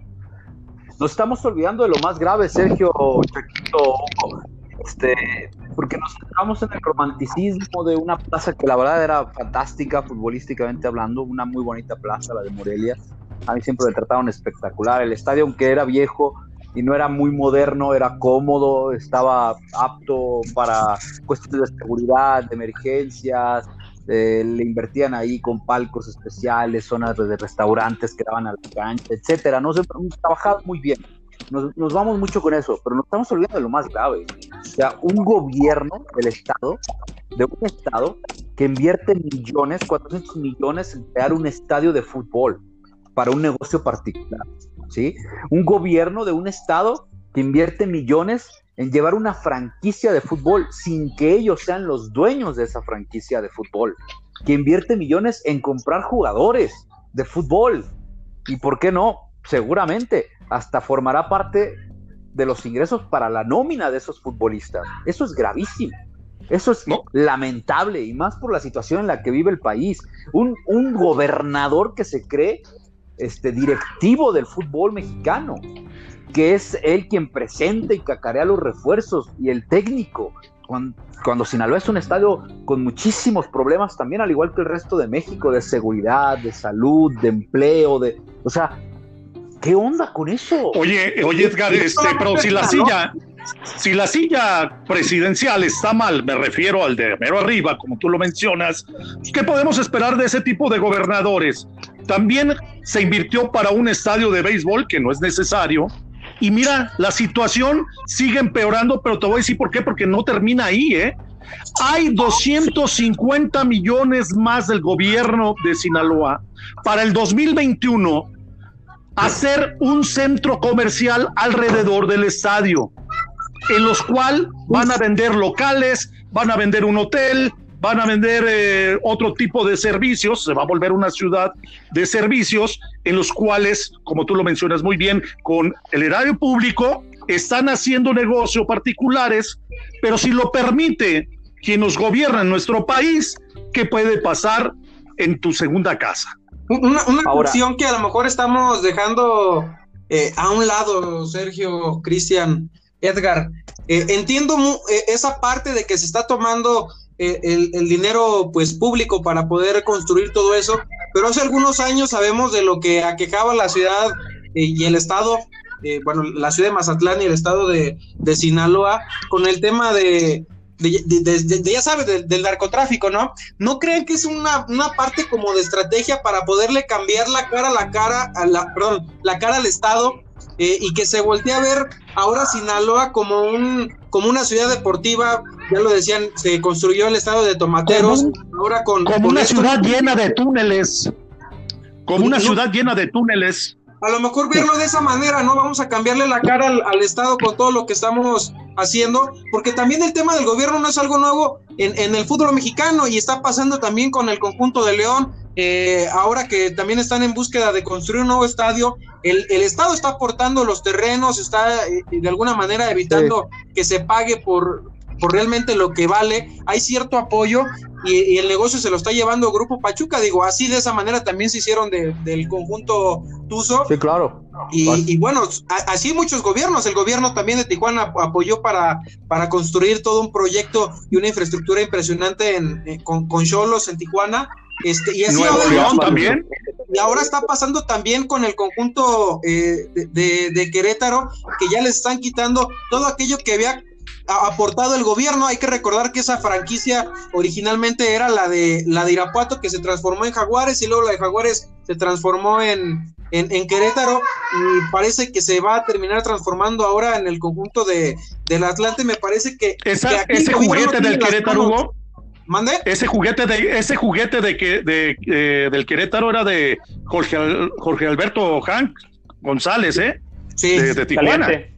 Nos estamos olvidando de lo más grave, Sergio, Chaquito, este, porque nos centramos en el romanticismo de una plaza que la verdad era fantástica, futbolísticamente hablando, una muy bonita plaza, la de Morelia. A mí siempre me trataron espectacular. El estadio, aunque era viejo y no era muy moderno, era cómodo, estaba apto para cuestiones de seguridad, de emergencias. Eh, le invertían ahí con palcos especiales, zonas de restaurantes que daban a la cancha, etcétera. No sé, trabajaba muy bien. Nos, nos vamos mucho con eso, pero nos estamos olvidando de lo más grave. O sea, un gobierno del estado, de un estado que invierte millones, cuatrocientos millones en crear un estadio de fútbol para un negocio particular, ¿sí? Un gobierno de un estado que invierte millones en llevar una franquicia de fútbol sin que ellos sean los dueños de esa franquicia de fútbol, que invierte millones en comprar jugadores de fútbol, y por qué no, seguramente hasta formará parte de los ingresos para la nómina de esos futbolistas. Eso es gravísimo, eso es no. lamentable, y más por la situación en la que vive el país. Un, un gobernador que se cree este, directivo del fútbol mexicano, que es él quien presenta y cacarea los refuerzos, y el técnico, cuando, cuando Sinaloa es un estadio con muchísimos problemas también, al igual que el resto de México, de seguridad, de salud, de empleo, de, o sea, ¿qué onda con eso? Oye, oye Edgar, este, pero si la silla, si la silla presidencial está mal, me refiero al de mero arriba, como tú lo mencionas, ¿qué podemos esperar de ese tipo de gobernadores? También se invirtió para un estadio de béisbol que no es necesario. Y mira, la situación sigue empeorando, pero te voy a decir por qué, porque no termina ahí, ¿eh? Hay doscientos cincuenta millones más del gobierno de Sinaloa para el dos mil veintiuno hacer un centro comercial alrededor del estadio, en los cuales van a vender locales, van a vender un hotel, van a vender eh, otro tipo de servicios. Se va a volver una ciudad de servicios en los cuales, como tú lo mencionas muy bien, con el erario público están haciendo negocios particulares, pero si lo permite quien nos gobierna en nuestro país, ¿qué puede pasar en tu segunda casa? Una, una cuestión que a lo mejor estamos dejando eh, a un lado, Sergio, Cristian, Edgar. Eh, entiendo mu- eh, esa parte de que se está tomando El, el dinero pues público para poder construir todo eso, pero hace algunos años sabemos de lo que aquejaba la ciudad eh, y el estado, eh, bueno, la ciudad de Mazatlán y el estado de, de Sinaloa, con el tema de, de, de, de, de, de ya sabes, de, del narcotráfico, ¿no? ¿No creen que es una, una parte como de estrategia para poderle cambiar la cara a la cara, a la, perdón, la cara al estado, eh, y que se voltee a ver ahora Sinaloa como un como una ciudad deportiva? Ya lo decían, se construyó el estadio de Tomateros, como, ahora con... Como con una esto, ciudad llena de túneles, como una no, ciudad llena de túneles. A lo mejor verlo de esa manera, ¿no? Vamos a cambiarle la cara al, al estado con todo lo que estamos haciendo, porque también el tema del gobierno no es algo nuevo en, en el fútbol mexicano y está pasando también con el conjunto de León. Eh, ahora que también están en búsqueda de construir un nuevo estadio, el, el Estado está aportando los terrenos, está eh, de alguna manera evitando sí. que se pague por, por realmente lo que vale, hay cierto apoyo y, y el negocio se lo está llevando Grupo Pachuca, digo, así de esa manera también se hicieron de, del conjunto Tuzo. Sí, claro. Y, y bueno, a, así muchos gobiernos, el gobierno también de Tijuana apoyó para, para construir todo un proyecto y una infraestructura impresionante en, en, con, con Xolos en Tijuana. Este, y así Nuevo ahora, León también. Y ahora está pasando también con el conjunto eh, de, de, de Querétaro, que ya les están quitando todo aquello que había aportado el gobierno. Hay que recordar que esa franquicia originalmente era la de la de Irapuato, que se transformó en Jaguares, y luego la de Jaguares se transformó en, en, en Querétaro, y parece que se va a terminar transformando ahora en el conjunto de del Atlante. Me parece que, Esa, que aquí ese juguete del Querétaro, Hugo. ¿Mande? Ese juguete de ese juguete de que de, de, del Querétaro era de Jorge Jorge Alberto Hank González, ¿eh? Sí. De, de Tijuana. Caliente.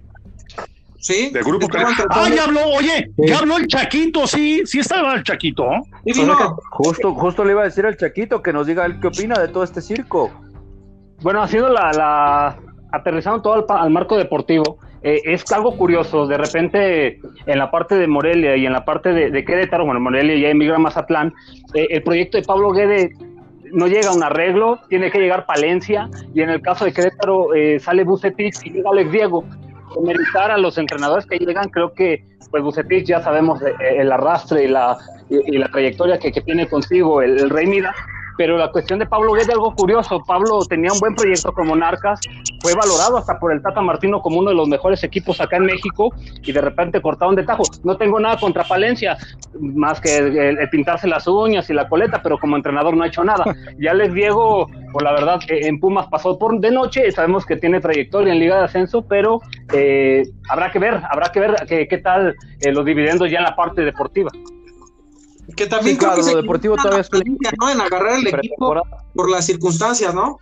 Sí. De grupo que... Ah, ya habló, oye, sí. ya habló el Chaquito, sí, sí estaba el Chaquito. Sí, sí, no. Justo, justo le iba a decir al Chaquito que nos diga él qué opina de todo este circo. Bueno, haciendo la, la aterrizando todo al, al marco deportivo, eh, es algo curioso, de repente en la parte de Morelia y en la parte de, de Querétaro, bueno, Morelia ya emigra a Mazatlán, eh, el proyecto de Pablo Guede no llega a un arreglo, tiene que llegar Palencia, y en el caso de Querétaro eh, sale Bucetich y llega Alex Diego. Meditar a los entrenadores que llegan, creo que pues Bucetich ya sabemos eh, el arrastre y la, y, y la trayectoria que, que tiene consigo el, el Rey Mida, pero la cuestión de Pablo Guede, algo curioso. Pablo tenía un buen proyecto con Monarcas, fue valorado hasta por el Tata Martino como uno de los mejores equipos acá en México, y de repente cortaron de tajo. No tengo nada contra Palencia, más que el, el, el pintarse las uñas y la coleta, pero como entrenador no ha hecho nada. Ya les Diego, pues la verdad, en Pumas pasó por de noche, sabemos que tiene trayectoria en Liga de Ascenso, pero eh, habrá que ver, habrá que ver qué, qué tal eh, los dividendos ya en la parte deportiva. Que también sí, claro, creo que lo deportivo todavía es Palencia, ¿no? En agarrar el equipo por las circunstancias, ¿no?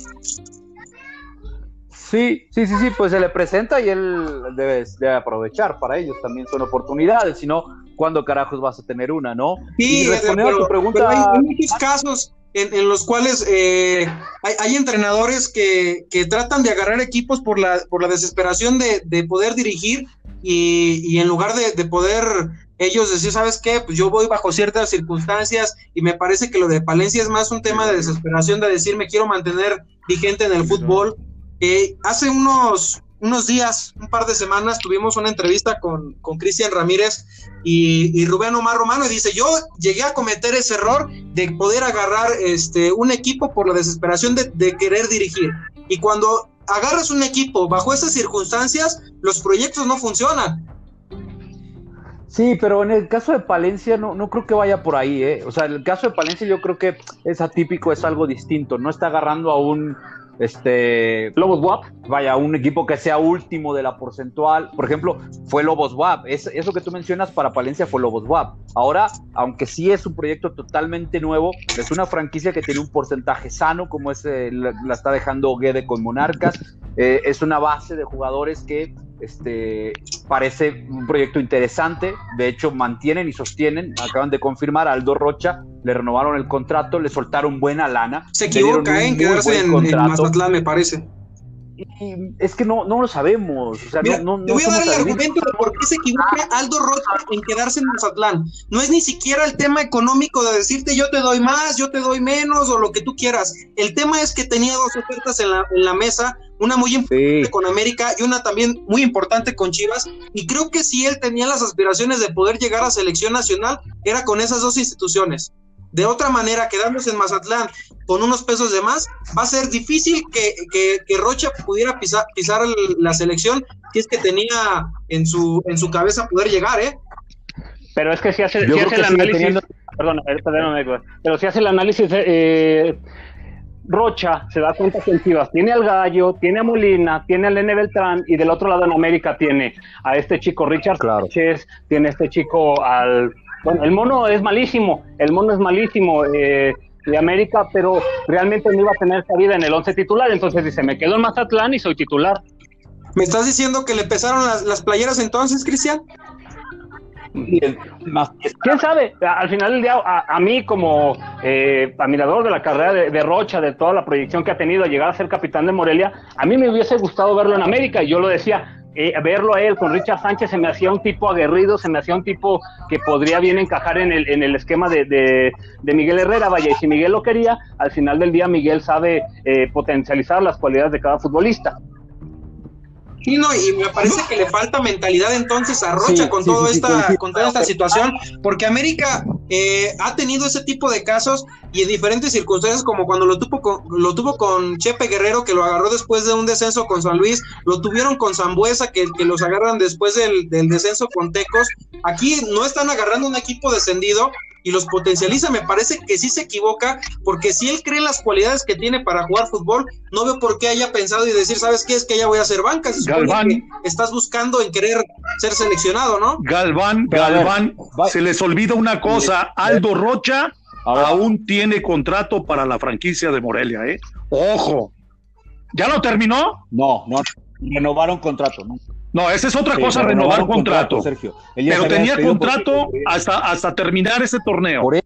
Sí, sí, sí, sí, pues se le presenta y él debe, debe aprovechar. Para ellos también son oportunidades, si no, ¿cuándo carajos vas a tener una, no? Sí, y respondiendo pero, a tu pregunta, pero hay, hay muchos casos en, en los cuales eh, hay, hay entrenadores que, que tratan de agarrar equipos por la, por la desesperación de, de poder dirigir, y, y en lugar de, de poder ellos decir, ¿sabes qué? Pues yo voy bajo ciertas circunstancias, y me parece que lo de Palencia es más un tema de desesperación, de decir, me quiero mantener vigente en el fútbol. Eh, hace unos, unos días, un par de semanas, tuvimos una entrevista con, con Cristian Ramírez y, y Rubén Omar Romano, y dice, yo llegué a cometer ese error de poder agarrar este, un equipo por la desesperación de, de querer dirigir. Y cuando agarras un equipo bajo esas circunstancias, los proyectos no funcionan. Sí, pero en el caso de Palencia no, no creo que vaya por ahí, ¿eh? O sea, en el caso de Palencia yo creo que es atípico, es algo distinto. No está agarrando a un este Lobos W A P, vaya, un equipo que sea último de la porcentual. Por ejemplo, fue Lobos W A P. Es, eso que tú mencionas para Palencia fue Lobos W A P. Ahora, aunque sí es un proyecto totalmente nuevo, es una franquicia que tiene un porcentaje sano, como es eh, la, la está dejando Guede con Monarcas. Eh, es una base de jugadores que este parece un proyecto interesante. De hecho, mantienen y sostienen, acaban de confirmar a Aldo Rocha, le renovaron el contrato, le soltaron buena lana. Se equivoca en quedarse en, en Mazatlán, me parece. Y es que no, no lo sabemos. O sea, Mira, no, no, te voy no a dar el adivinos. argumento de por qué se equivoca Aldo Rocha en quedarse en Mazatlán. No es ni siquiera el tema económico de decirte yo te doy más, yo te doy menos, o lo que tú quieras. El tema es que tenía dos ofertas en la, en la mesa, una muy importante sí. con América y una también muy importante con Chivas, y creo que si él tenía las aspiraciones de poder llegar a selección nacional, era con esas dos instituciones. De otra manera, quedándose en Mazatlán con unos pesos de más, va a ser difícil que, que, que Rocha pudiera pisar, pisar el, la selección, si es que tenía en su, en su cabeza poder llegar, ¿eh? Pero es que si hace, si hace el análisis, teniendo... perdón, perdón, pero si hace el análisis, eh, Rocha se da cuenta que en Chivas tiene al Gallo, tiene a Molina, tiene al Nene Beltrán, y del otro lado en América tiene a este chico Richard claro. Sánchez, tiene a este chico al... Bueno, el mono es malísimo, el mono es malísimo eh, de América, pero realmente no iba a tener cabida en el once titular, entonces dice, me quedo en Mazatlán y soy titular. ¿Me estás diciendo que le pesaron las, las playeras entonces, Cristian? ¿Quién sabe? Al final del día, a, a mí como eh, admirador de la carrera de, de Rocha, de toda la proyección que ha tenido a llegar a ser capitán de Morelia, a mí me hubiese gustado verlo en América, y yo lo decía, eh, verlo a él con Richard Sánchez se me hacía un tipo aguerrido, se me hacía un tipo que podría bien encajar en el, en el esquema de, de, de Miguel Herrera, vaya, y si Miguel lo quería, al final del día Miguel sabe eh, potencializar las cualidades de cada futbolista. Sí, no, y me parece que le falta mentalidad entonces a Rocha Sí, con, sí, todo sí, sí, esta, sí. con toda esta situación, porque América eh, ha tenido ese tipo de casos y en diferentes circunstancias, como cuando lo tuvo con, lo tuvo con Chepe Guerrero, que lo agarró después de un descenso con San Luis, lo tuvieron con Zambuesa, que, que los agarran después del, del descenso con Tecos. Aquí no están agarrando un equipo descendido y los potencializa. Me parece que sí se equivoca, porque si él cree en las cualidades que tiene para jugar fútbol, no veo por qué haya pensado y decir, ¿sabes qué? Es que ya voy a hacer banca. Se supone Galván. que estás buscando en querer ser seleccionado, ¿no? Galván, Pero, a ver, Galván, va- se les olvida una cosa, Aldo Rocha A ver. aún tiene contrato para la franquicia de Morelia, ¿eh? Ojo, ¿ya lo terminó? No, no, renovaron contrato, ¿no? No, esa es otra Sí, cosa, pero renovar renovaron contrato. Sergio. Él ya Pero se había tenía despedido por- contrato hasta, hasta terminar ese torneo. Por eso.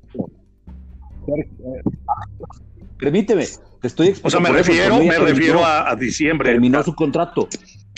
Permíteme, te estoy explicando. O sea, me por eso, el refiero, torneo me ya refiero terminó. a, a diciembre. Terminó su contrato.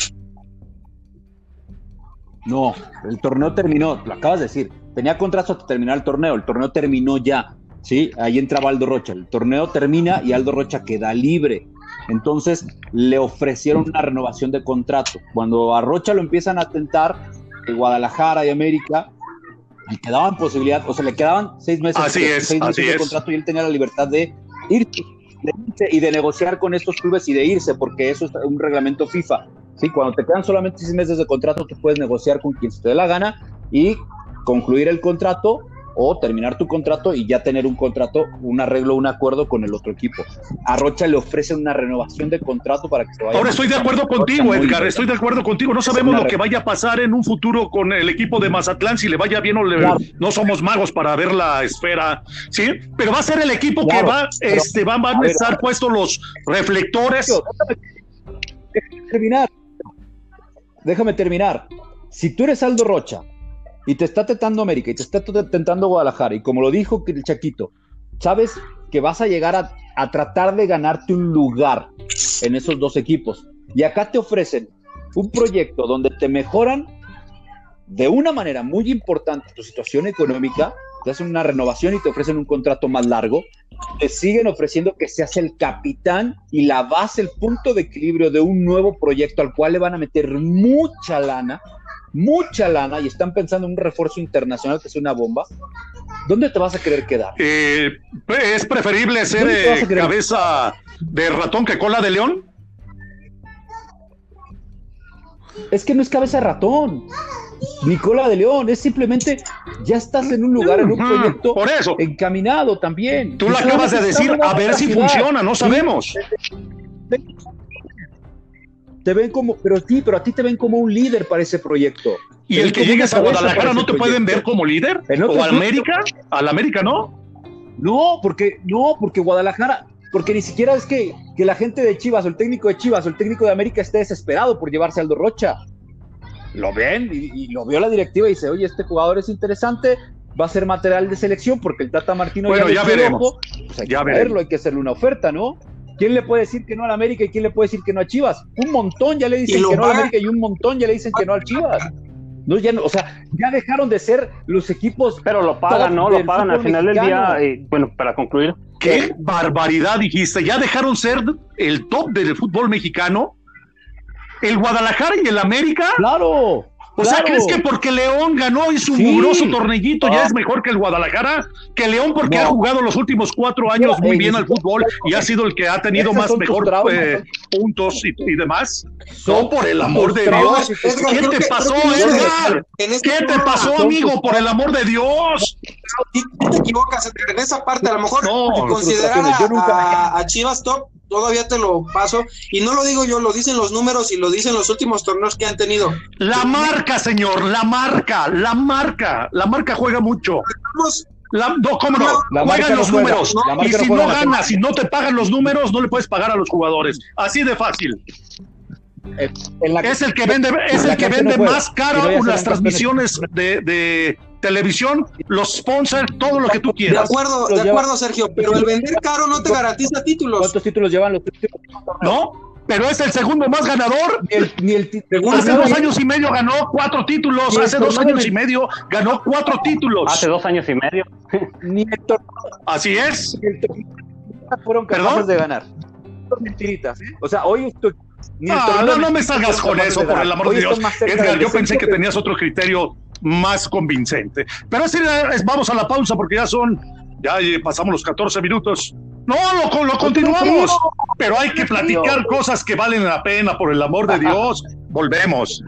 No, el torneo terminó, lo acabas de decir. Tenía contrato hasta terminar el torneo, el torneo terminó ya, ¿sí? Ahí entraba Aldo Rocha. El torneo termina y Aldo Rocha queda libre. Entonces le ofrecieron una renovación de contrato. Cuando a Rocha lo empiezan a tentar, de Guadalajara y América, le quedaban posibilidad, o sea, le quedaban seis meses, Así es, seis meses así de es. contrato y él tenía la libertad de irse, de irse y de negociar con estos clubes y de irse, porque eso es un reglamento FIFA. Sí, cuando te quedan solamente seis meses de contrato, tú puedes negociar con quien se te dé la gana y concluir el contrato o terminar tu contrato y ya tener un contrato, un arreglo, un acuerdo con el otro equipo. A Rocha le ofrecen una renovación de contrato para que se vaya. Ahora estoy de acuerdo contigo, Edgar, estoy de acuerdo contigo. No sabemos lo que vaya a pasar en un futuro con el equipo de Mazatlán, si le vaya bien o le... Claro. No somos magos para ver la esfera, ¿sí? Pero va a ser el equipo Claro, que va, pero- este, van, van a a ver, estar a- puestos los reflectores. Déjame terminar. Déjame terminar. Si tú eres Aldo Rocha y te está tentando América y te está tentando Guadalajara, y como lo dijo el Chaquito, sabes que vas a llegar a, a tratar de ganarte un lugar en esos dos equipos. Y acá te ofrecen un proyecto donde te mejoran de una manera muy importante tu situación económica, te hacen una renovación y te ofrecen un contrato más largo, te siguen ofreciendo que seas el capitán y la base, el punto de equilibrio de un nuevo proyecto al cual le van a meter mucha lana, mucha lana, y están pensando en un refuerzo internacional que es una bomba. ¿Dónde te vas a querer quedar? Eh, ¿Es preferible ser ¿Dónde te vas a eh, querer? cabeza de ratón que cola de león? Es que no es cabeza de ratón, ni cola de león, es simplemente ya estás en un lugar, en un Ujú, proyecto por eso. encaminado también. Tú Y lo acabas de solamente decir, estamos a ver si ciudad. funciona, no Sí, sabemos. Te ven como, pero sí, pero a ti te ven como un líder para ese proyecto. Y el que Como llegues a una cabeza Guadalajara para no ese te pueden proyecto. ver como líder. En otro O club, América, al América no. No, porque no, porque Guadalajara, porque ni siquiera es que, que la gente de Chivas o el técnico de Chivas o el técnico de América esté desesperado por llevarse a Aldo Rocha. Lo ven y, y lo vio la directiva y dice, oye, este jugador es interesante, va a ser material de selección porque el Tata Martino Bueno, le ya echó el veremos. ojo, pues hay Ya que veremos. traerlo, hay que hacerle una oferta, ¿no? ¿Quién le puede decir que no al América y quién le puede decir que no a Chivas? Un montón ya le dicen Y lo que no al pagan. América y un montón ya le dicen que no al Chivas. No, ya no, o sea, ya dejaron de ser los equipos. Pero lo pagan, ¿no? Lo del pagan al fútbol final del mexicano. día. eh, bueno, para concluir. ¿Qué barbaridad dijiste? Ya dejaron ser el top del fútbol mexicano. El Guadalajara y el América. Claro. O sea, claro. ¿crees que porque León ganó en su Sí. mugroso tornillito ya Ah. es mejor que el Guadalajara? Que León porque No. ha jugado los últimos cuatro años No, muy eh, bien ni al siquiera- fútbol y ha sido el que ha tenido Esos más son tus mejor traumas, eh, son- puntos y, y demás? Son No, por el amor de traumas. Dios. Edgar, ¿Qué creo te que- pasó, creo que Edgar? en este ¿Qué te programa pasó, son amigo? tus Por el amor de Dios. Sí, te equivocas, Edgar, en esa parte a lo mejor No, considerar frustraciones. Yo nunca a, a Chivas top, todavía te lo paso, y no lo digo yo, lo dicen los números y lo dicen los últimos torneos que han tenido. La marca, señor, la marca, la marca. La marca juega mucho. Vamos, La, no, ¿cómo no? La marca Juegan no los juega, números. la marca Y no si juega no en la ganas, si no te pagan los números, no le puedes pagar a los jugadores. Así de fácil. En la, es el que vende, es el que vende no más caro si no las transmisiones de, de televisión, los sponsors, todo lo que tú quieras. De acuerdo, de acuerdo, Sergio, pero el vender caro no te garantiza títulos. ¿Cuántos títulos llevan los títulos? No, pero es el segundo más ganador. Ni el, ni el título. Hace dos años y medio ganó cuatro títulos. Hace dos años y medio ganó cuatro títulos. Hace dos años y medio. Ni el torneo. Así es. Ni el torneo fueron capaces ¿Perdón? de ganar. Mentiritas. O sea, hoy estoy. No, no, no me salgas con eso, por el amor de Dios. Edgar, yo pensé que tenías otro criterio más convincente. Pero así es, vamos a la pausa porque ya son, ya pasamos los catorce minutos. No, lo, lo continuamos, pero hay que platicar cosas que valen la pena, por el amor de Dios. Volvemos.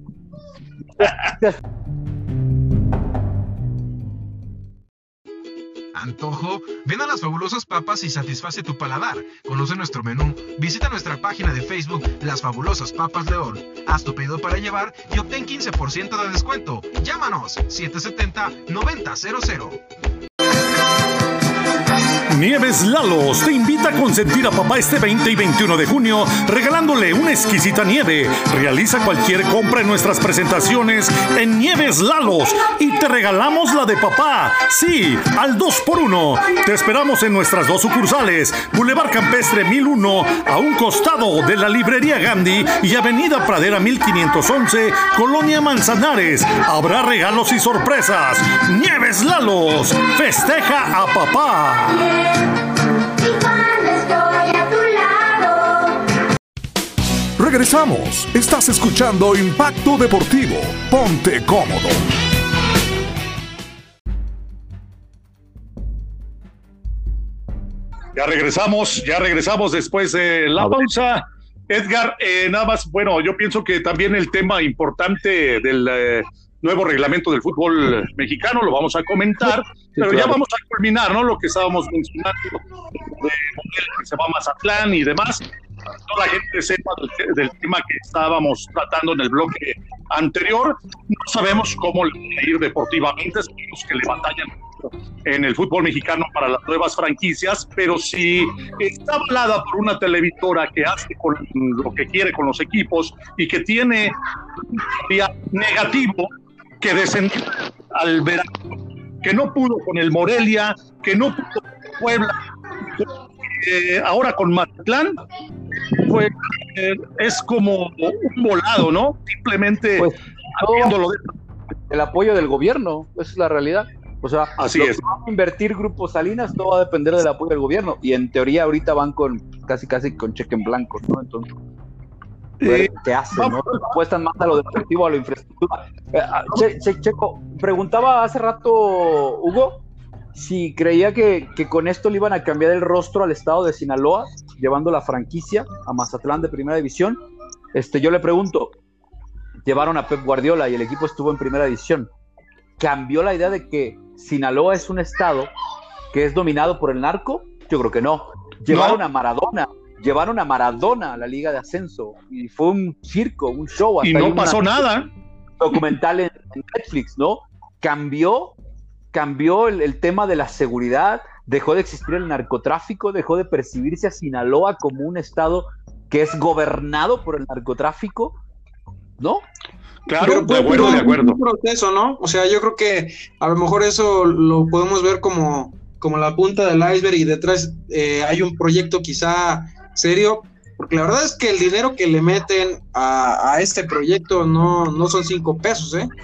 ¿Antojo? Ven a las Fabulosas Papas y satisface tu paladar. Conoce nuestro menú, visita nuestra página de Facebook Las Fabulosas Papas León. Haz tu pedido para llevar y obtén quince por ciento de descuento. Llámanos siete siete cero, nueve cero cero cero. Nieves Lalos te invita a consentir a papá este veinte y veintiuno de junio regalándole una exquisita nieve. Realiza cualquier compra en nuestras presentaciones en Nieves Lalos y te regalamos la de papá. Sí, al dos por uno. Te esperamos en nuestras dos sucursales, Boulevard Campestre mil uno, a un costado de la Librería Gandhi, y Avenida Pradera mil quinientos once, Colonia Manzanares. Habrá regalos y sorpresas. Nieves Lalos, festeja a papá. Y cuando estoy a tu lado. Regresamos. Estás escuchando Impacto Deportivo. Ponte cómodo. Ya regresamos, ya regresamos después de la pausa. Edgar, eh, nada más, bueno, yo pienso que también el tema importante del eh, nuevo reglamento del fútbol mexicano lo vamos a comentar, sí, pero claro. Ya vamos a culminar, ¿no? Lo que estábamos mencionando de que se va a Mazatlán y demás. Toda la gente sepa del, del tema que estábamos tratando en el bloque anterior. No sabemos cómo le va a ir deportivamente, sabemos que le batallan en el fútbol mexicano para las nuevas franquicias, pero si está avalada por una televisora que hace con lo que quiere con los equipos y que tiene un día negativo, que descendió al Veracruz, que no pudo con el Morelia, que no pudo con Puebla, eh, ahora con Mazatlán, pues eh, es como un volado, ¿no? Simplemente pues, haciéndolo de... el apoyo del gobierno, esa es la realidad. O sea, así lo es. Que va a invertir Grupo Salinas todo va a depender del apoyo del gobierno, y en teoría ahorita van con casi casi con cheque en blanco, ¿no? Entonces, eh, ¿qué hacen? ¿No? Apuestan más a lo deportivo, a la infraestructura. Eh, che, che, Checo, preguntaba hace rato Hugo si creía que, que con esto le iban a cambiar el rostro al estado de Sinaloa, llevando la franquicia a Mazatlán de Primera División. Este, yo le pregunto, llevaron a Pep Guardiola y el equipo estuvo en Primera División. ¿Cambió la idea de que Sinaloa es un estado que es dominado por el narco? Yo creo que no. Llevaron no. a Maradona, llevaron a Maradona a la Liga de Ascenso y fue un circo, un show. Hasta y no pasó nada. Documental en, en Netflix, ¿no? Cambió, cambió el, el tema de la seguridad, dejó de existir el narcotráfico, dejó de percibirse a Sinaloa como un estado que es gobernado por el narcotráfico, ¿no? Claro, pero de acuerdo, de acuerdo. Un proceso, ¿no? O sea, yo creo que a lo mejor eso lo podemos ver como, como la punta del iceberg y detrás eh, hay un proyecto quizá serio, porque la verdad es que el dinero que le meten a, a este proyecto no, no son cinco pesos, ¿eh?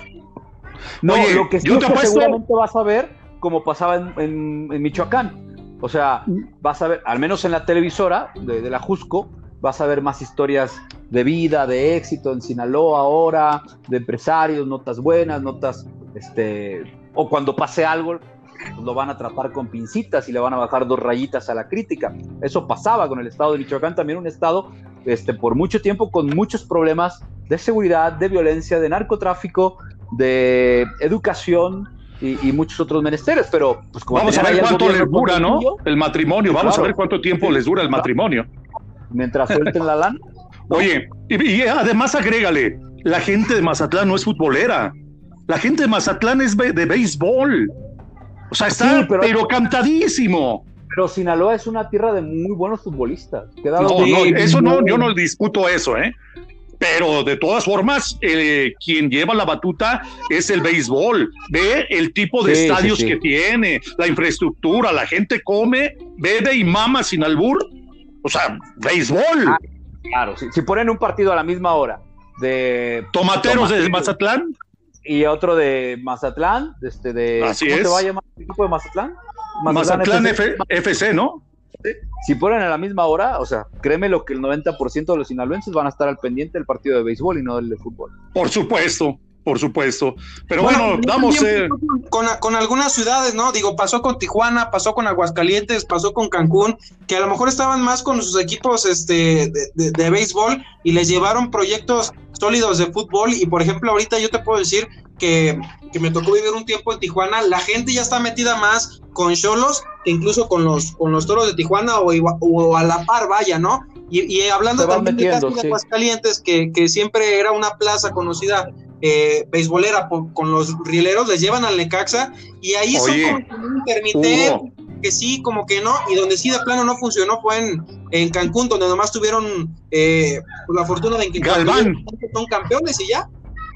No, Oye, lo que sí yo es te que apuesto... seguramente vas a ver como pasaba en, en, en Michoacán. O sea, vas a ver, al menos en la televisora de, de la Jusco, vas a ver más historias de vida, de éxito en Sinaloa ahora, de empresarios, notas buenas, notas, este, o cuando pase algo, pues lo van a tratar con pincitas y le van a bajar dos rayitas a la crítica. Eso pasaba con el estado de Michoacán, también un estado, este, por mucho tiempo con muchos problemas de seguridad, de violencia, de narcotráfico, de educación y, y muchos otros menesteres, pero pues como vamos a ver cuánto les dura, ¿no? El matrimonio, vamos claro. a ver cuánto tiempo sí, les dura el matrimonio. Mientras suelten la lana. ¿No? Oye, y, y además agrégale, la gente de Mazatlán no es futbolera, la gente de Mazatlán es de béisbol, o sea, está sí, pero, pero cantadísimo. Pero Sinaloa es una tierra de muy buenos futbolistas. No, no, eso no, yo no discuto eso, ¿eh? pero de todas formas, eh, quien lleva la batuta es el béisbol. Ve el tipo de Sí, estadios sí, sí. que tiene, la infraestructura, la gente come, bebe y mama sin albur. O sea, béisbol. Ah, claro, si, si ponen un partido a la misma hora de Tomateros de Mazatlán. y otro de Mazatlán, este de Así ¿cómo es. se va a llamar el equipo de Mazatlán? Mazatlán F C. F- FC, ¿no? Si ponen a la misma hora, o sea, créeme lo que el noventa por ciento de los sinaloenses van a estar al pendiente del partido de béisbol y no del de fútbol. Por supuesto, por supuesto. Pero Bueno, bueno, damos... también Eh, con, con algunas ciudades, ¿no? Digo, pasó con Tijuana, pasó con Aguascalientes, pasó con Cancún, que a lo mejor estaban más con sus equipos este, de, de, de béisbol y les llevaron proyectos sólidos de fútbol. Y por ejemplo, ahorita yo te puedo decir que, que me tocó vivir un tiempo en Tijuana, la gente ya está metida más con Xolos que incluso con los, con los Toros de Tijuana o, igual- o a la par, vaya, ¿no? Y, y hablando Se van también metiendo, de caso de sí. Aguascalientes, que, que siempre era una plaza conocida eh, beisbolera por- con los rieleros, les llevan al Necaxa y ahí Oye, son como un intermitente, Hugo. que sí, como que no, y donde sí de plano no funcionó fue en, en Cancún, donde nomás tuvieron eh, la fortuna de que Galván. son campeones y ya.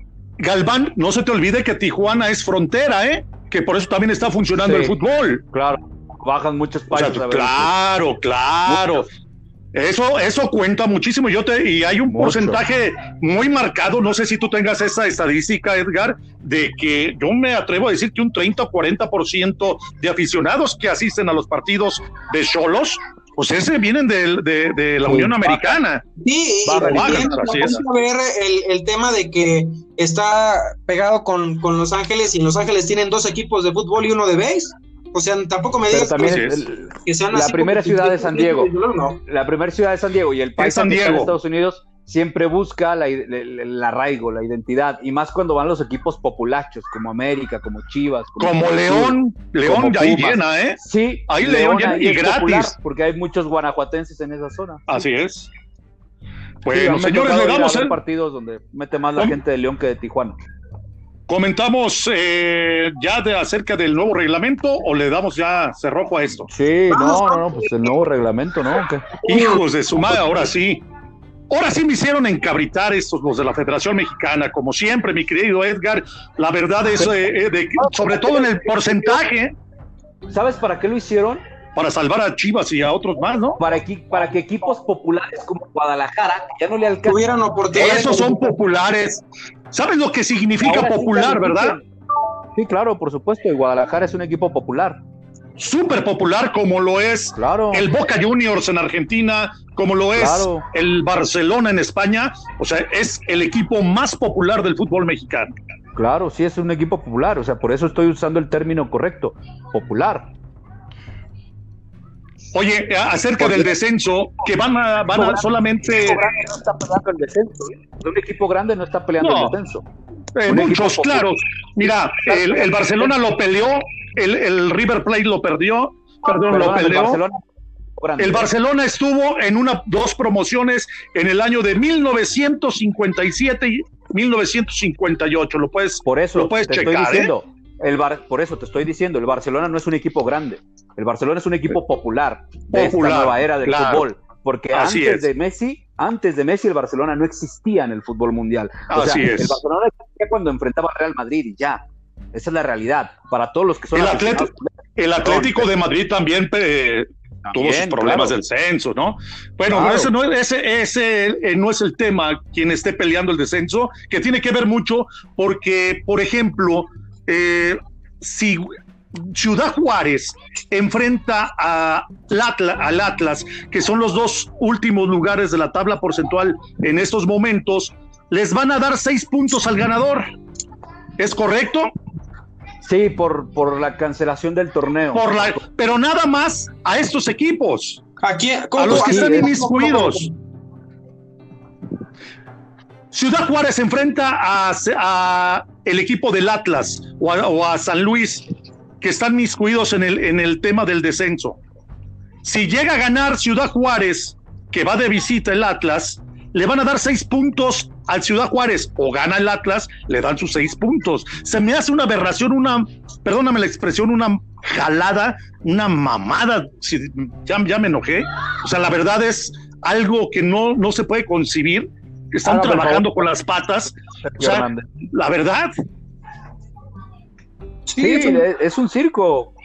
Galván, no se te olvide que Tijuana es frontera, ¿eh? Que por eso también está funcionando Sí. el fútbol. Claro, bajan muchos O sea, países a ver. claro, claro. Eso, eso cuenta muchísimo. Yo te, y hay un Mucho. porcentaje muy marcado, no sé si tú tengas esa estadística, Edgar, de que yo me atrevo a decir que un treinta o cuarenta por ciento de aficionados que asisten a los partidos de Xolos, pues ese vienen del- de, de la Sí, Unión baja. Americana. Sí, y Baja, también baja, así me es. gusta ver el, el tema de que está pegado con, con Los Ángeles y en Los Ángeles tienen dos equipos de fútbol y uno de béis. O sea, tampoco me Pero digas también que, Así es. el- que sean la así primera como- ciudad de San Diego. No. la primera ciudad de San Diego y el país San que está en Diego. Estados Unidos siempre busca la, el, el arraigo, la identidad, y más cuando van los equipos populachos como América, como Chivas, Como Cruz León, Azul, León como de ahí Pumas. llena, ¿eh? Sí, Ahí León llena y es gratis. popular, porque hay muchos guanajuatenses en esa zona. Así es. Sí, Bueno, me ha señores, tocado le ir a damos ver el... partidos donde mete más la ¿Cómo? gente de León que de Tijuana. ¿Comentamos eh, ya de acerca del nuevo reglamento o le damos ya cerrojo a esto? Sí, no, no, no, pues el nuevo reglamento, ¿no? ¿Qué? Hijos de su madre, ahora sí. Ahora sí me hicieron encabritar estos los de la Federación Mexicana, como siempre, mi querido Edgar. La verdad es, eh, eh, de, sobre todo en el porcentaje, ¿Sabes para qué lo hicieron? para salvar a Chivas y a otros más, ¿no? Para, equi- para que equipos populares como Guadalajara, que ya no le alcanzan. Tuvieran oportunidad. Esos son populares. ¿Sabes lo que significa Ahora sí popular, califican. verdad? Sí, claro, por supuesto. Y Guadalajara es un equipo popular. Súper popular como lo es Claro. el Boca Juniors en Argentina, como lo es Claro. el Barcelona en España. O sea, es el equipo más popular del fútbol mexicano. Claro, sí es un equipo popular. O sea, por eso estoy usando el término correcto. Popular. Oye, acerca del descenso, que van a, van a solamente... Un equipo grande no está peleando el descenso. ¿eh? Un equipo grande no está peleando No. el descenso. Eh, Un muchos, equipo claro. Mira, el, el Barcelona lo peleó, el, el River Plate lo perdió, perdón, lo Perdóname, el peleó. Barcelona, grande. El Barcelona estuvo en una dos promociones en el año de mil novecientos cincuenta y siete y mil novecientos cincuenta y ocho. Lo puedes, Por eso lo puedes te checar, estoy ¿eh? diciendo. El Bar- por eso te estoy diciendo, el Barcelona no es un equipo grande. El Barcelona es un equipo popular de Popular, esta nueva era del claro. fútbol. Porque Así antes es. de Messi, antes de Messi, el Barcelona no existía en el fútbol mundial. O Así sea, es. el Barcelona existía cuando enfrentaba al Real Madrid y ya. Esa es la realidad. Para todos los que son El, aficionados- Atlético, el Atlético de Madrid también eh, tuvo sus También, problemas claro. del censo, ¿no? Bueno, Claro. ese, no, ese, ese eh, no es el tema, quien esté peleando el descenso, que tiene que ver mucho porque, por ejemplo, eh, si Ciudad Juárez enfrenta a Atlas, al Atlas, que son los dos últimos lugares de la tabla porcentual en estos momentos, les van a dar seis puntos al ganador. ¿Es correcto? Sí, por, por la cancelación del torneo. Por la, pero nada más a estos equipos, Aquí, a los que sí, están es- inmiscuidos. Ciudad Juárez enfrenta a, a el equipo del Atlas o a, o a San Luis, que están miscuidos en el, en el tema del descenso. Si llega a ganar Ciudad Juárez, que va de visita el Atlas, le van a dar seis puntos al Ciudad Juárez, o gana el Atlas, le dan sus seis puntos. Se me hace una aberración, una, perdóname la expresión, una jalada, una mamada, si, ya, ya me enojé. O sea, la verdad es algo que no, no se puede concebir, están Hágame trabajando favor. con las patas. Sergio O sea, Hernández. la verdad. Sí, es un, es un circo.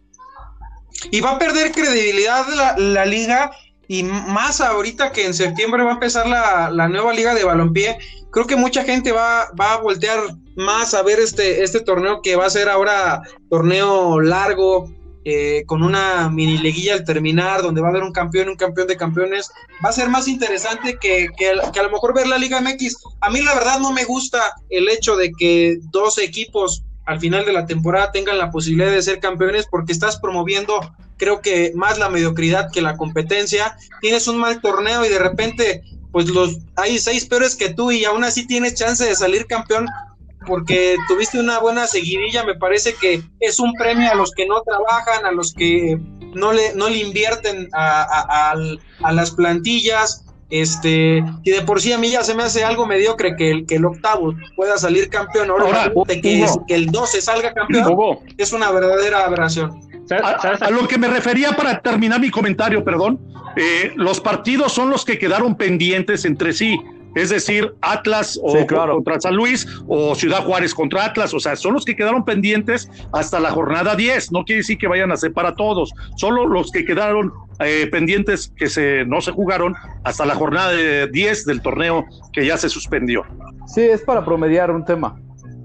Y va a perder credibilidad la, la liga, y más ahorita que en septiembre va a empezar la, la nueva liga de balompié. Creo que mucha gente va, va a voltear más a ver este, este torneo, que va a ser ahora torneo largo, eh, con una mini liguilla al terminar, donde va a haber un campeón, un campeón de campeones. Va a ser más interesante que, que, que a lo mejor ver la Liga M X. A mí la verdad no me gusta el hecho de que dos equipos al final de la temporada tengan la posibilidad de ser campeones, porque estás promoviendo, creo que más la mediocridad que la competencia. Tienes un mal torneo y de repente pues los hay seis peores que tú y aún así tienes chance de salir campeón porque tuviste una buena seguidilla. Me parece que es un premio a los que no trabajan, a los que no le, no le invierten a, a, a, a las plantillas. Este, y de por sí a mí ya se me hace algo mediocre que el, que el octavo pueda salir campeón. Ahora, Ahora, de que, Hugo. que el doce salga campeón, Hugo. es una verdadera aberración. A, a lo que me refería para terminar mi comentario, perdón, eh, los partidos son los que quedaron pendientes entre sí. Es decir, Atlas o, Sí, claro. contra San Luis o Ciudad Juárez contra Atlas, o sea, son los que quedaron pendientes hasta la jornada diez. No quiere decir que vayan a ser para todos, solo los que quedaron eh, pendientes que se no se jugaron hasta la jornada de diez del torneo que ya se suspendió. Sí, es para promediar un tema.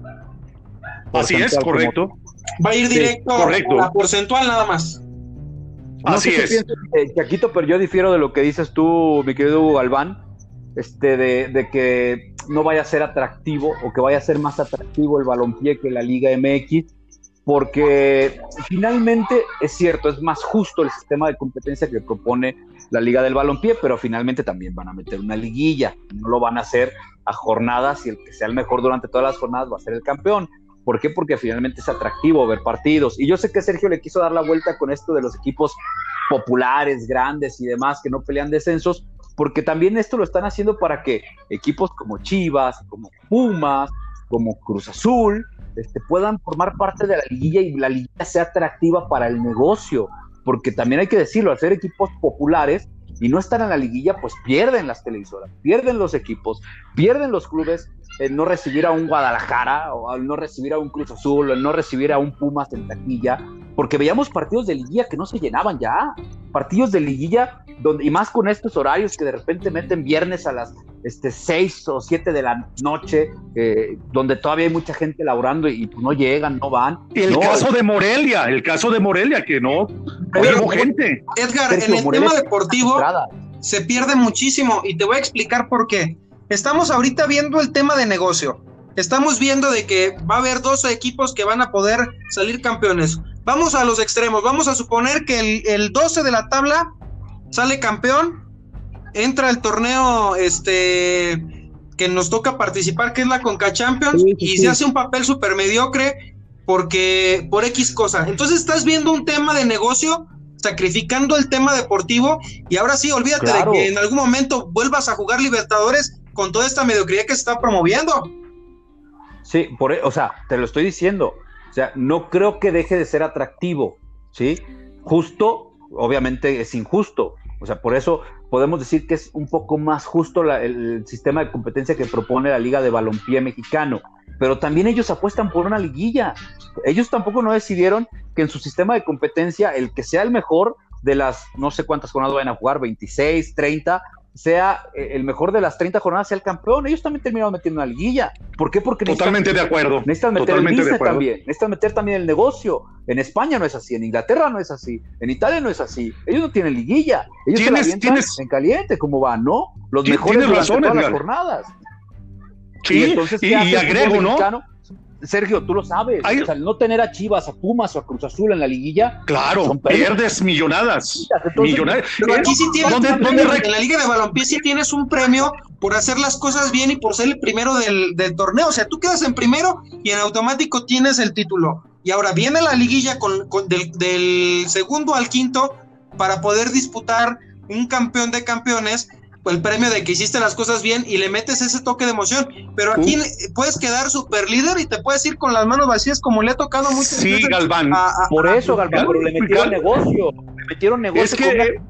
Así es, Porcentual, correcto. Va a ir Sí, directo correcto. a la porcentual nada más. No Así sé qué es. piensas, eh, Chaquito, pero yo difiero de lo que dices tú, mi querido Hugo Galván, este, de, de que no vaya a ser atractivo o que vaya a ser más atractivo el balompié que la Liga M X, porque finalmente es cierto, es más justo el sistema de competencia que propone la Liga del Balompié, pero finalmente también van a meter una liguilla, no lo van a hacer a jornadas y el que sea el mejor durante todas las jornadas va a ser el campeón. ¿Por qué? Porque finalmente es atractivo ver partidos. Y yo sé que Sergio le quiso dar la vuelta con esto de los equipos populares, grandes y demás que no pelean descensos, porque también esto lo están haciendo para que equipos como Chivas, como Pumas, como Cruz Azul, este, puedan formar parte de la liguilla y la liguilla sea atractiva para el negocio. Porque también hay que decirlo, al ser equipos populares y no estar en la liguilla, pues pierden las televisoras, pierden los equipos, pierden los clubes, el no recibir a un Guadalajara, o al no recibir a un Cruz Azul, o el no recibir a un Pumas en taquilla, porque veíamos partidos de liguilla que no se llenaban ya, partidos de liguilla, donde, y más con estos horarios que de repente meten viernes a las este, seis o siete de la noche, eh, donde todavía hay mucha gente laborando y pues, no llegan, no van. El no, caso de Morelia, el caso de Morelia, que no, Pero, hubo gente. Edgar, Sergio, en el Morelia tema es deportivo entrada. se pierde muchísimo y te voy a explicar por qué. Estamos ahorita viendo el tema de negocio. Estamos viendo de que va a haber doce equipos que van a poder salir campeones. Vamos a los extremos. Vamos a suponer que el, el doce de la tabla sale campeón, entra el torneo este que nos toca participar, que es la Conca Champions, Sí, sí, y sí. se hace un papel súper mediocre porque por X cosa. Entonces estás viendo un tema de negocio sacrificando el tema deportivo, y ahora sí, olvídate Claro. de que en algún momento vuelvas a jugar Libertadores con toda esta mediocridad que se está promoviendo. Sí, por, e- o sea, te lo estoy diciendo. O sea, no creo que deje de ser atractivo, ¿sí? Justo, obviamente es injusto. O sea, por eso podemos decir que es un poco más justo la- el, el sistema de competencia que propone la Liga de Balompié Mexicano. Pero también ellos apuestan por una liguilla. Ellos tampoco no decidieron que en su sistema de competencia el que sea el mejor de las, no sé cuántas jornadas vayan a jugar, veintiséis, treinta, sea eh, el mejor de las treinta jornadas, sea el campeón. Ellos también terminaron metiendo una liguilla. ¿Por qué? Porque Totalmente de acuerdo. necesitan meter Totalmente el de business acuerdo. también, necesitan meter también el negocio. En España no es así, en Inglaterra no es así, en Italia no es así. Ellos no tienen liguilla, ellos se la Tienes- avientan tienes- en caliente, como van, ¿no? Los Ti- mejores tienes durante razón, todas las Edgar. jornadas. Sí, entonces, y, ¿qué hace y el fútbol agrego, ¿no? mexicano? Sergio, tú lo sabes. Hay- O sea, el no tener a Chivas, a Pumas o a Cruz Azul en la liguilla. Claro, son pérdidas. pierdes millonadas. Entonces, Millonadas. Pero Eh, aquí sí tienes ¿dónde- un dónde premio, rec- en la Liga de Balompié sí tienes un premio por hacer las cosas bien y por ser el primero del, del torneo. O sea, tú quedas en primero y en automático tienes el título. Y ahora viene la liguilla con, con del, del segundo al quinto para poder disputar un campeón de campeones, el premio de que hiciste las cosas bien y le metes ese toque de emoción. Pero aquí Uh. puedes quedar super líder y te puedes ir con las manos vacías, como le ha tocado mucho. Sí, Galván. a- a- Por a- eso, Galván, pero le metieron Gal- negocio. Le metieron negocio Es que, con una- eh,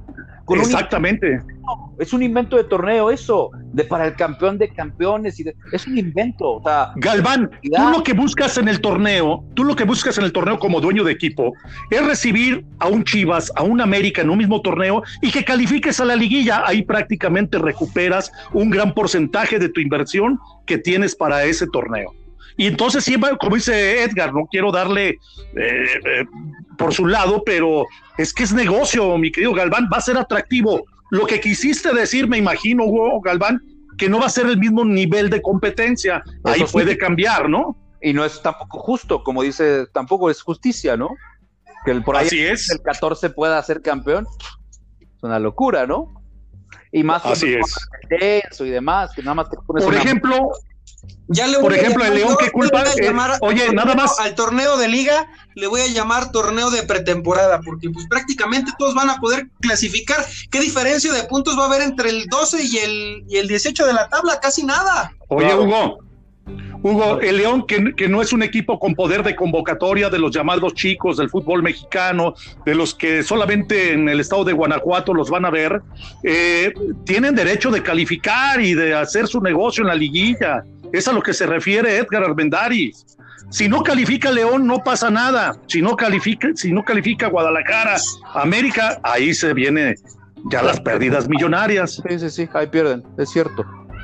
Con Exactamente. Un, es un invento de torneo eso, de para el campeón de campeones. Y de, es un invento. O sea, Galván, tú lo que buscas en el torneo, tú lo que buscas en el torneo como dueño de equipo, es recibir a un Chivas, a un América en un mismo torneo y que califiques a la liguilla. Ahí prácticamente recuperas un gran porcentaje de tu inversión que tienes para ese torneo. Y entonces siempre, como dice Edgar, no quiero darle eh, eh, por su lado, pero es que es negocio, mi querido Galván, va a ser atractivo. Lo que quisiste decir, me imagino, Hugo Galván, que no va a ser el mismo nivel de competencia. Ahí Eso sí. puede cambiar, ¿no? Y no es tampoco justo, como dice, tampoco es justicia, ¿no? Que el, por ahí Así es. el catorce pueda ser campeón. Es una locura, ¿no? Y más Así es. Eso y demás, que nada más te pones Por una... ejemplo, Ya le voy por a ejemplo, llamar, el León, yo ¿qué culpa? le voy a llamar Eh, oye, al nada torneo- más. Al torneo de liga le voy a llamar torneo de pretemporada, porque pues prácticamente todos van a poder clasificar. ¿Qué diferencia de puntos va a haber entre el doce y el, y el dieciocho de la tabla? Casi nada. Oye, Claro. Hugo, Hugo, el León, que, que no es un equipo con poder de convocatoria de los llamados chicos del fútbol mexicano, de los que solamente en el estado de Guanajuato los van a ver, eh, tienen derecho de calificar y de hacer su negocio en la liguilla. Es a lo que se refiere Edgar Armendáriz. Si no califica León, no pasa nada. Si no califica, si no califica Guadalajara, América, ahí se viene ya las pérdidas millonarias. Sí, sí, sí, ahí pierden, es cierto.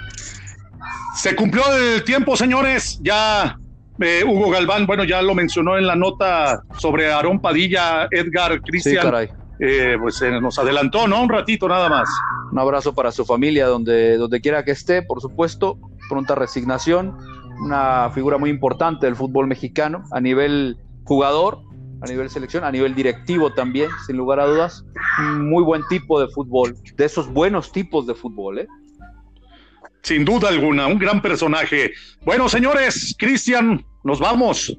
Se cumplió el tiempo, señores. Ya eh, Hugo Galván, bueno, ya lo mencionó en la nota sobre Aarón Padilla, Edgar, Sí, Cristian. caray. Eh, pues eh, nos adelantó, ¿no? Un ratito nada más. Un abrazo para su familia, donde, donde quiera que esté, por supuesto. Pronta resignación. Una figura muy importante del fútbol mexicano, a nivel jugador, a nivel selección, a nivel directivo también, sin lugar a dudas. Un muy buen tipo de fútbol, de esos buenos tipos de fútbol, ¿eh? Sin duda alguna, un gran personaje. Bueno, señores, Cristian, nos vamos.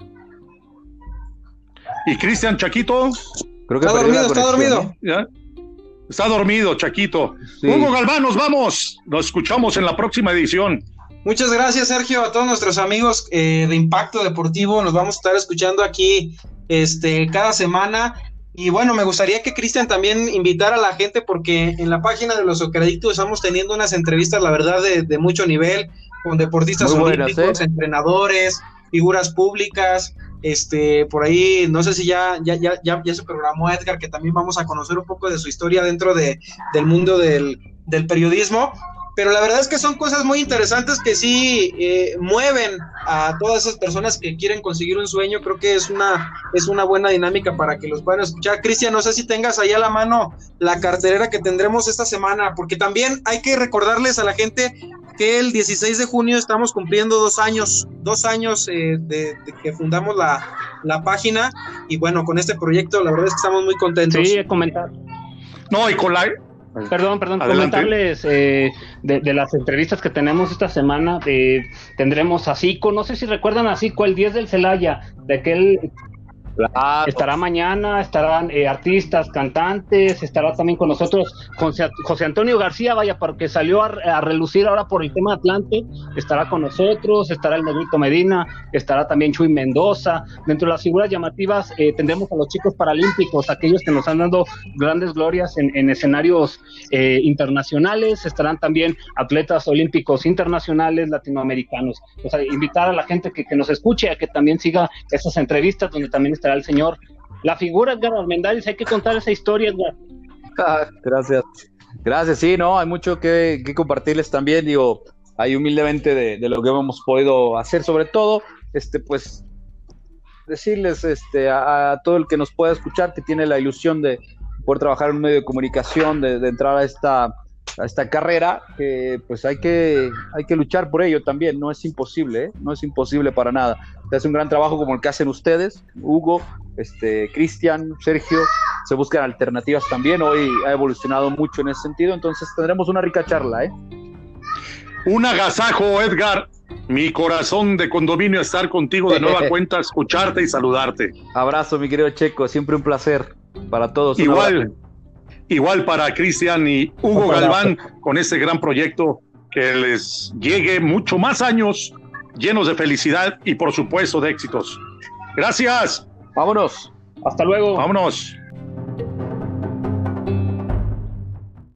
Y Cristian, Chaquito. Creo que Está perdió la dormido, está conexión, dormido. ¿eh? ¿Ya? Está dormido, Chaquito. Sí. Hugo Galván, nos vamos. Nos escuchamos en la próxima edición. Muchas gracias, Sergio, a todos nuestros amigos eh, de Impacto Deportivo. Nos vamos a estar escuchando aquí este, cada semana. Y bueno, me gustaría que Cristian también invitara a la gente, porque en la página de los Socceradictos estamos teniendo unas entrevistas, la verdad, de, de mucho nivel, con deportistas Muy buenas, olímpicos, ¿eh? entrenadores, figuras públicas. Este, por ahí, no sé si ya, ya, ya, ya, ya se programó Edgar, que también vamos a conocer un poco de su historia dentro de, del mundo del, del periodismo. Pero la verdad es que son cosas muy interesantes que sí eh, mueven a todas esas personas que quieren conseguir un sueño. Creo que es una, es una buena dinámica para que los puedan escuchar. Cristian, no sé si tengas ahí a la mano la cartelera que tendremos esta semana, porque también hay que recordarles a la gente que el dieciséis de junio estamos cumpliendo dos años, dos años eh, de, de que fundamos la, la página, y bueno, con este proyecto la verdad es que estamos muy contentos. Sí, comentar. No, y con la... Perdón, perdón, Adelante. comentarles eh, de, de las entrevistas que tenemos esta semana. Eh, tendremos a Zico, no sé si recuerdan a Zico, el diez del Celaya, de aquel. Claro. Estará mañana, estarán eh, artistas, cantantes, estará también con nosotros José, José Antonio García, vaya, porque salió a, a relucir ahora por el tema Atlante, estará con nosotros, estará el Negrito Medina, estará también Chuy Mendoza. Dentro de las figuras llamativas eh, tendremos a los chicos paralímpicos, aquellos que nos han dado grandes glorias en, en escenarios eh, internacionales, estarán también atletas olímpicos internacionales, latinoamericanos. O sea, invitar a la gente que, que nos escuche a que también siga esas entrevistas, donde también está el señor, la figura Edgar Armendáriz. Hay que contar esa historia, Edgar. Ah, gracias. Gracias, sí, no, hay mucho que, que compartirles también, digo, ahí humildemente de, de lo que hemos podido hacer, sobre todo, este, pues, decirles este, a, a todo el que nos pueda escuchar, que tiene la ilusión de poder trabajar en un medio de comunicación, de, de entrar a esta, a esta carrera, que pues hay que, hay que luchar por ello también, no es imposible, ¿eh? No es imposible para nada. Se hace un gran trabajo como el que hacen ustedes, Hugo, este, Cristian, Sergio, se buscan alternativas también, hoy ha evolucionado mucho en ese sentido, entonces tendremos una rica charla, ¿eh? Un agasajo, Edgar. Mi corazón de condominio estar contigo de nueva cuenta, escucharte y saludarte. Abrazo, mi querido Checo, siempre un placer para todos. Igual, igual para Cristian y Hugo Galván, con este gran proyecto, que les llegue mucho más años llenos de felicidad y por supuesto de éxitos. Gracias. Vámonos. Hasta luego. Vámonos.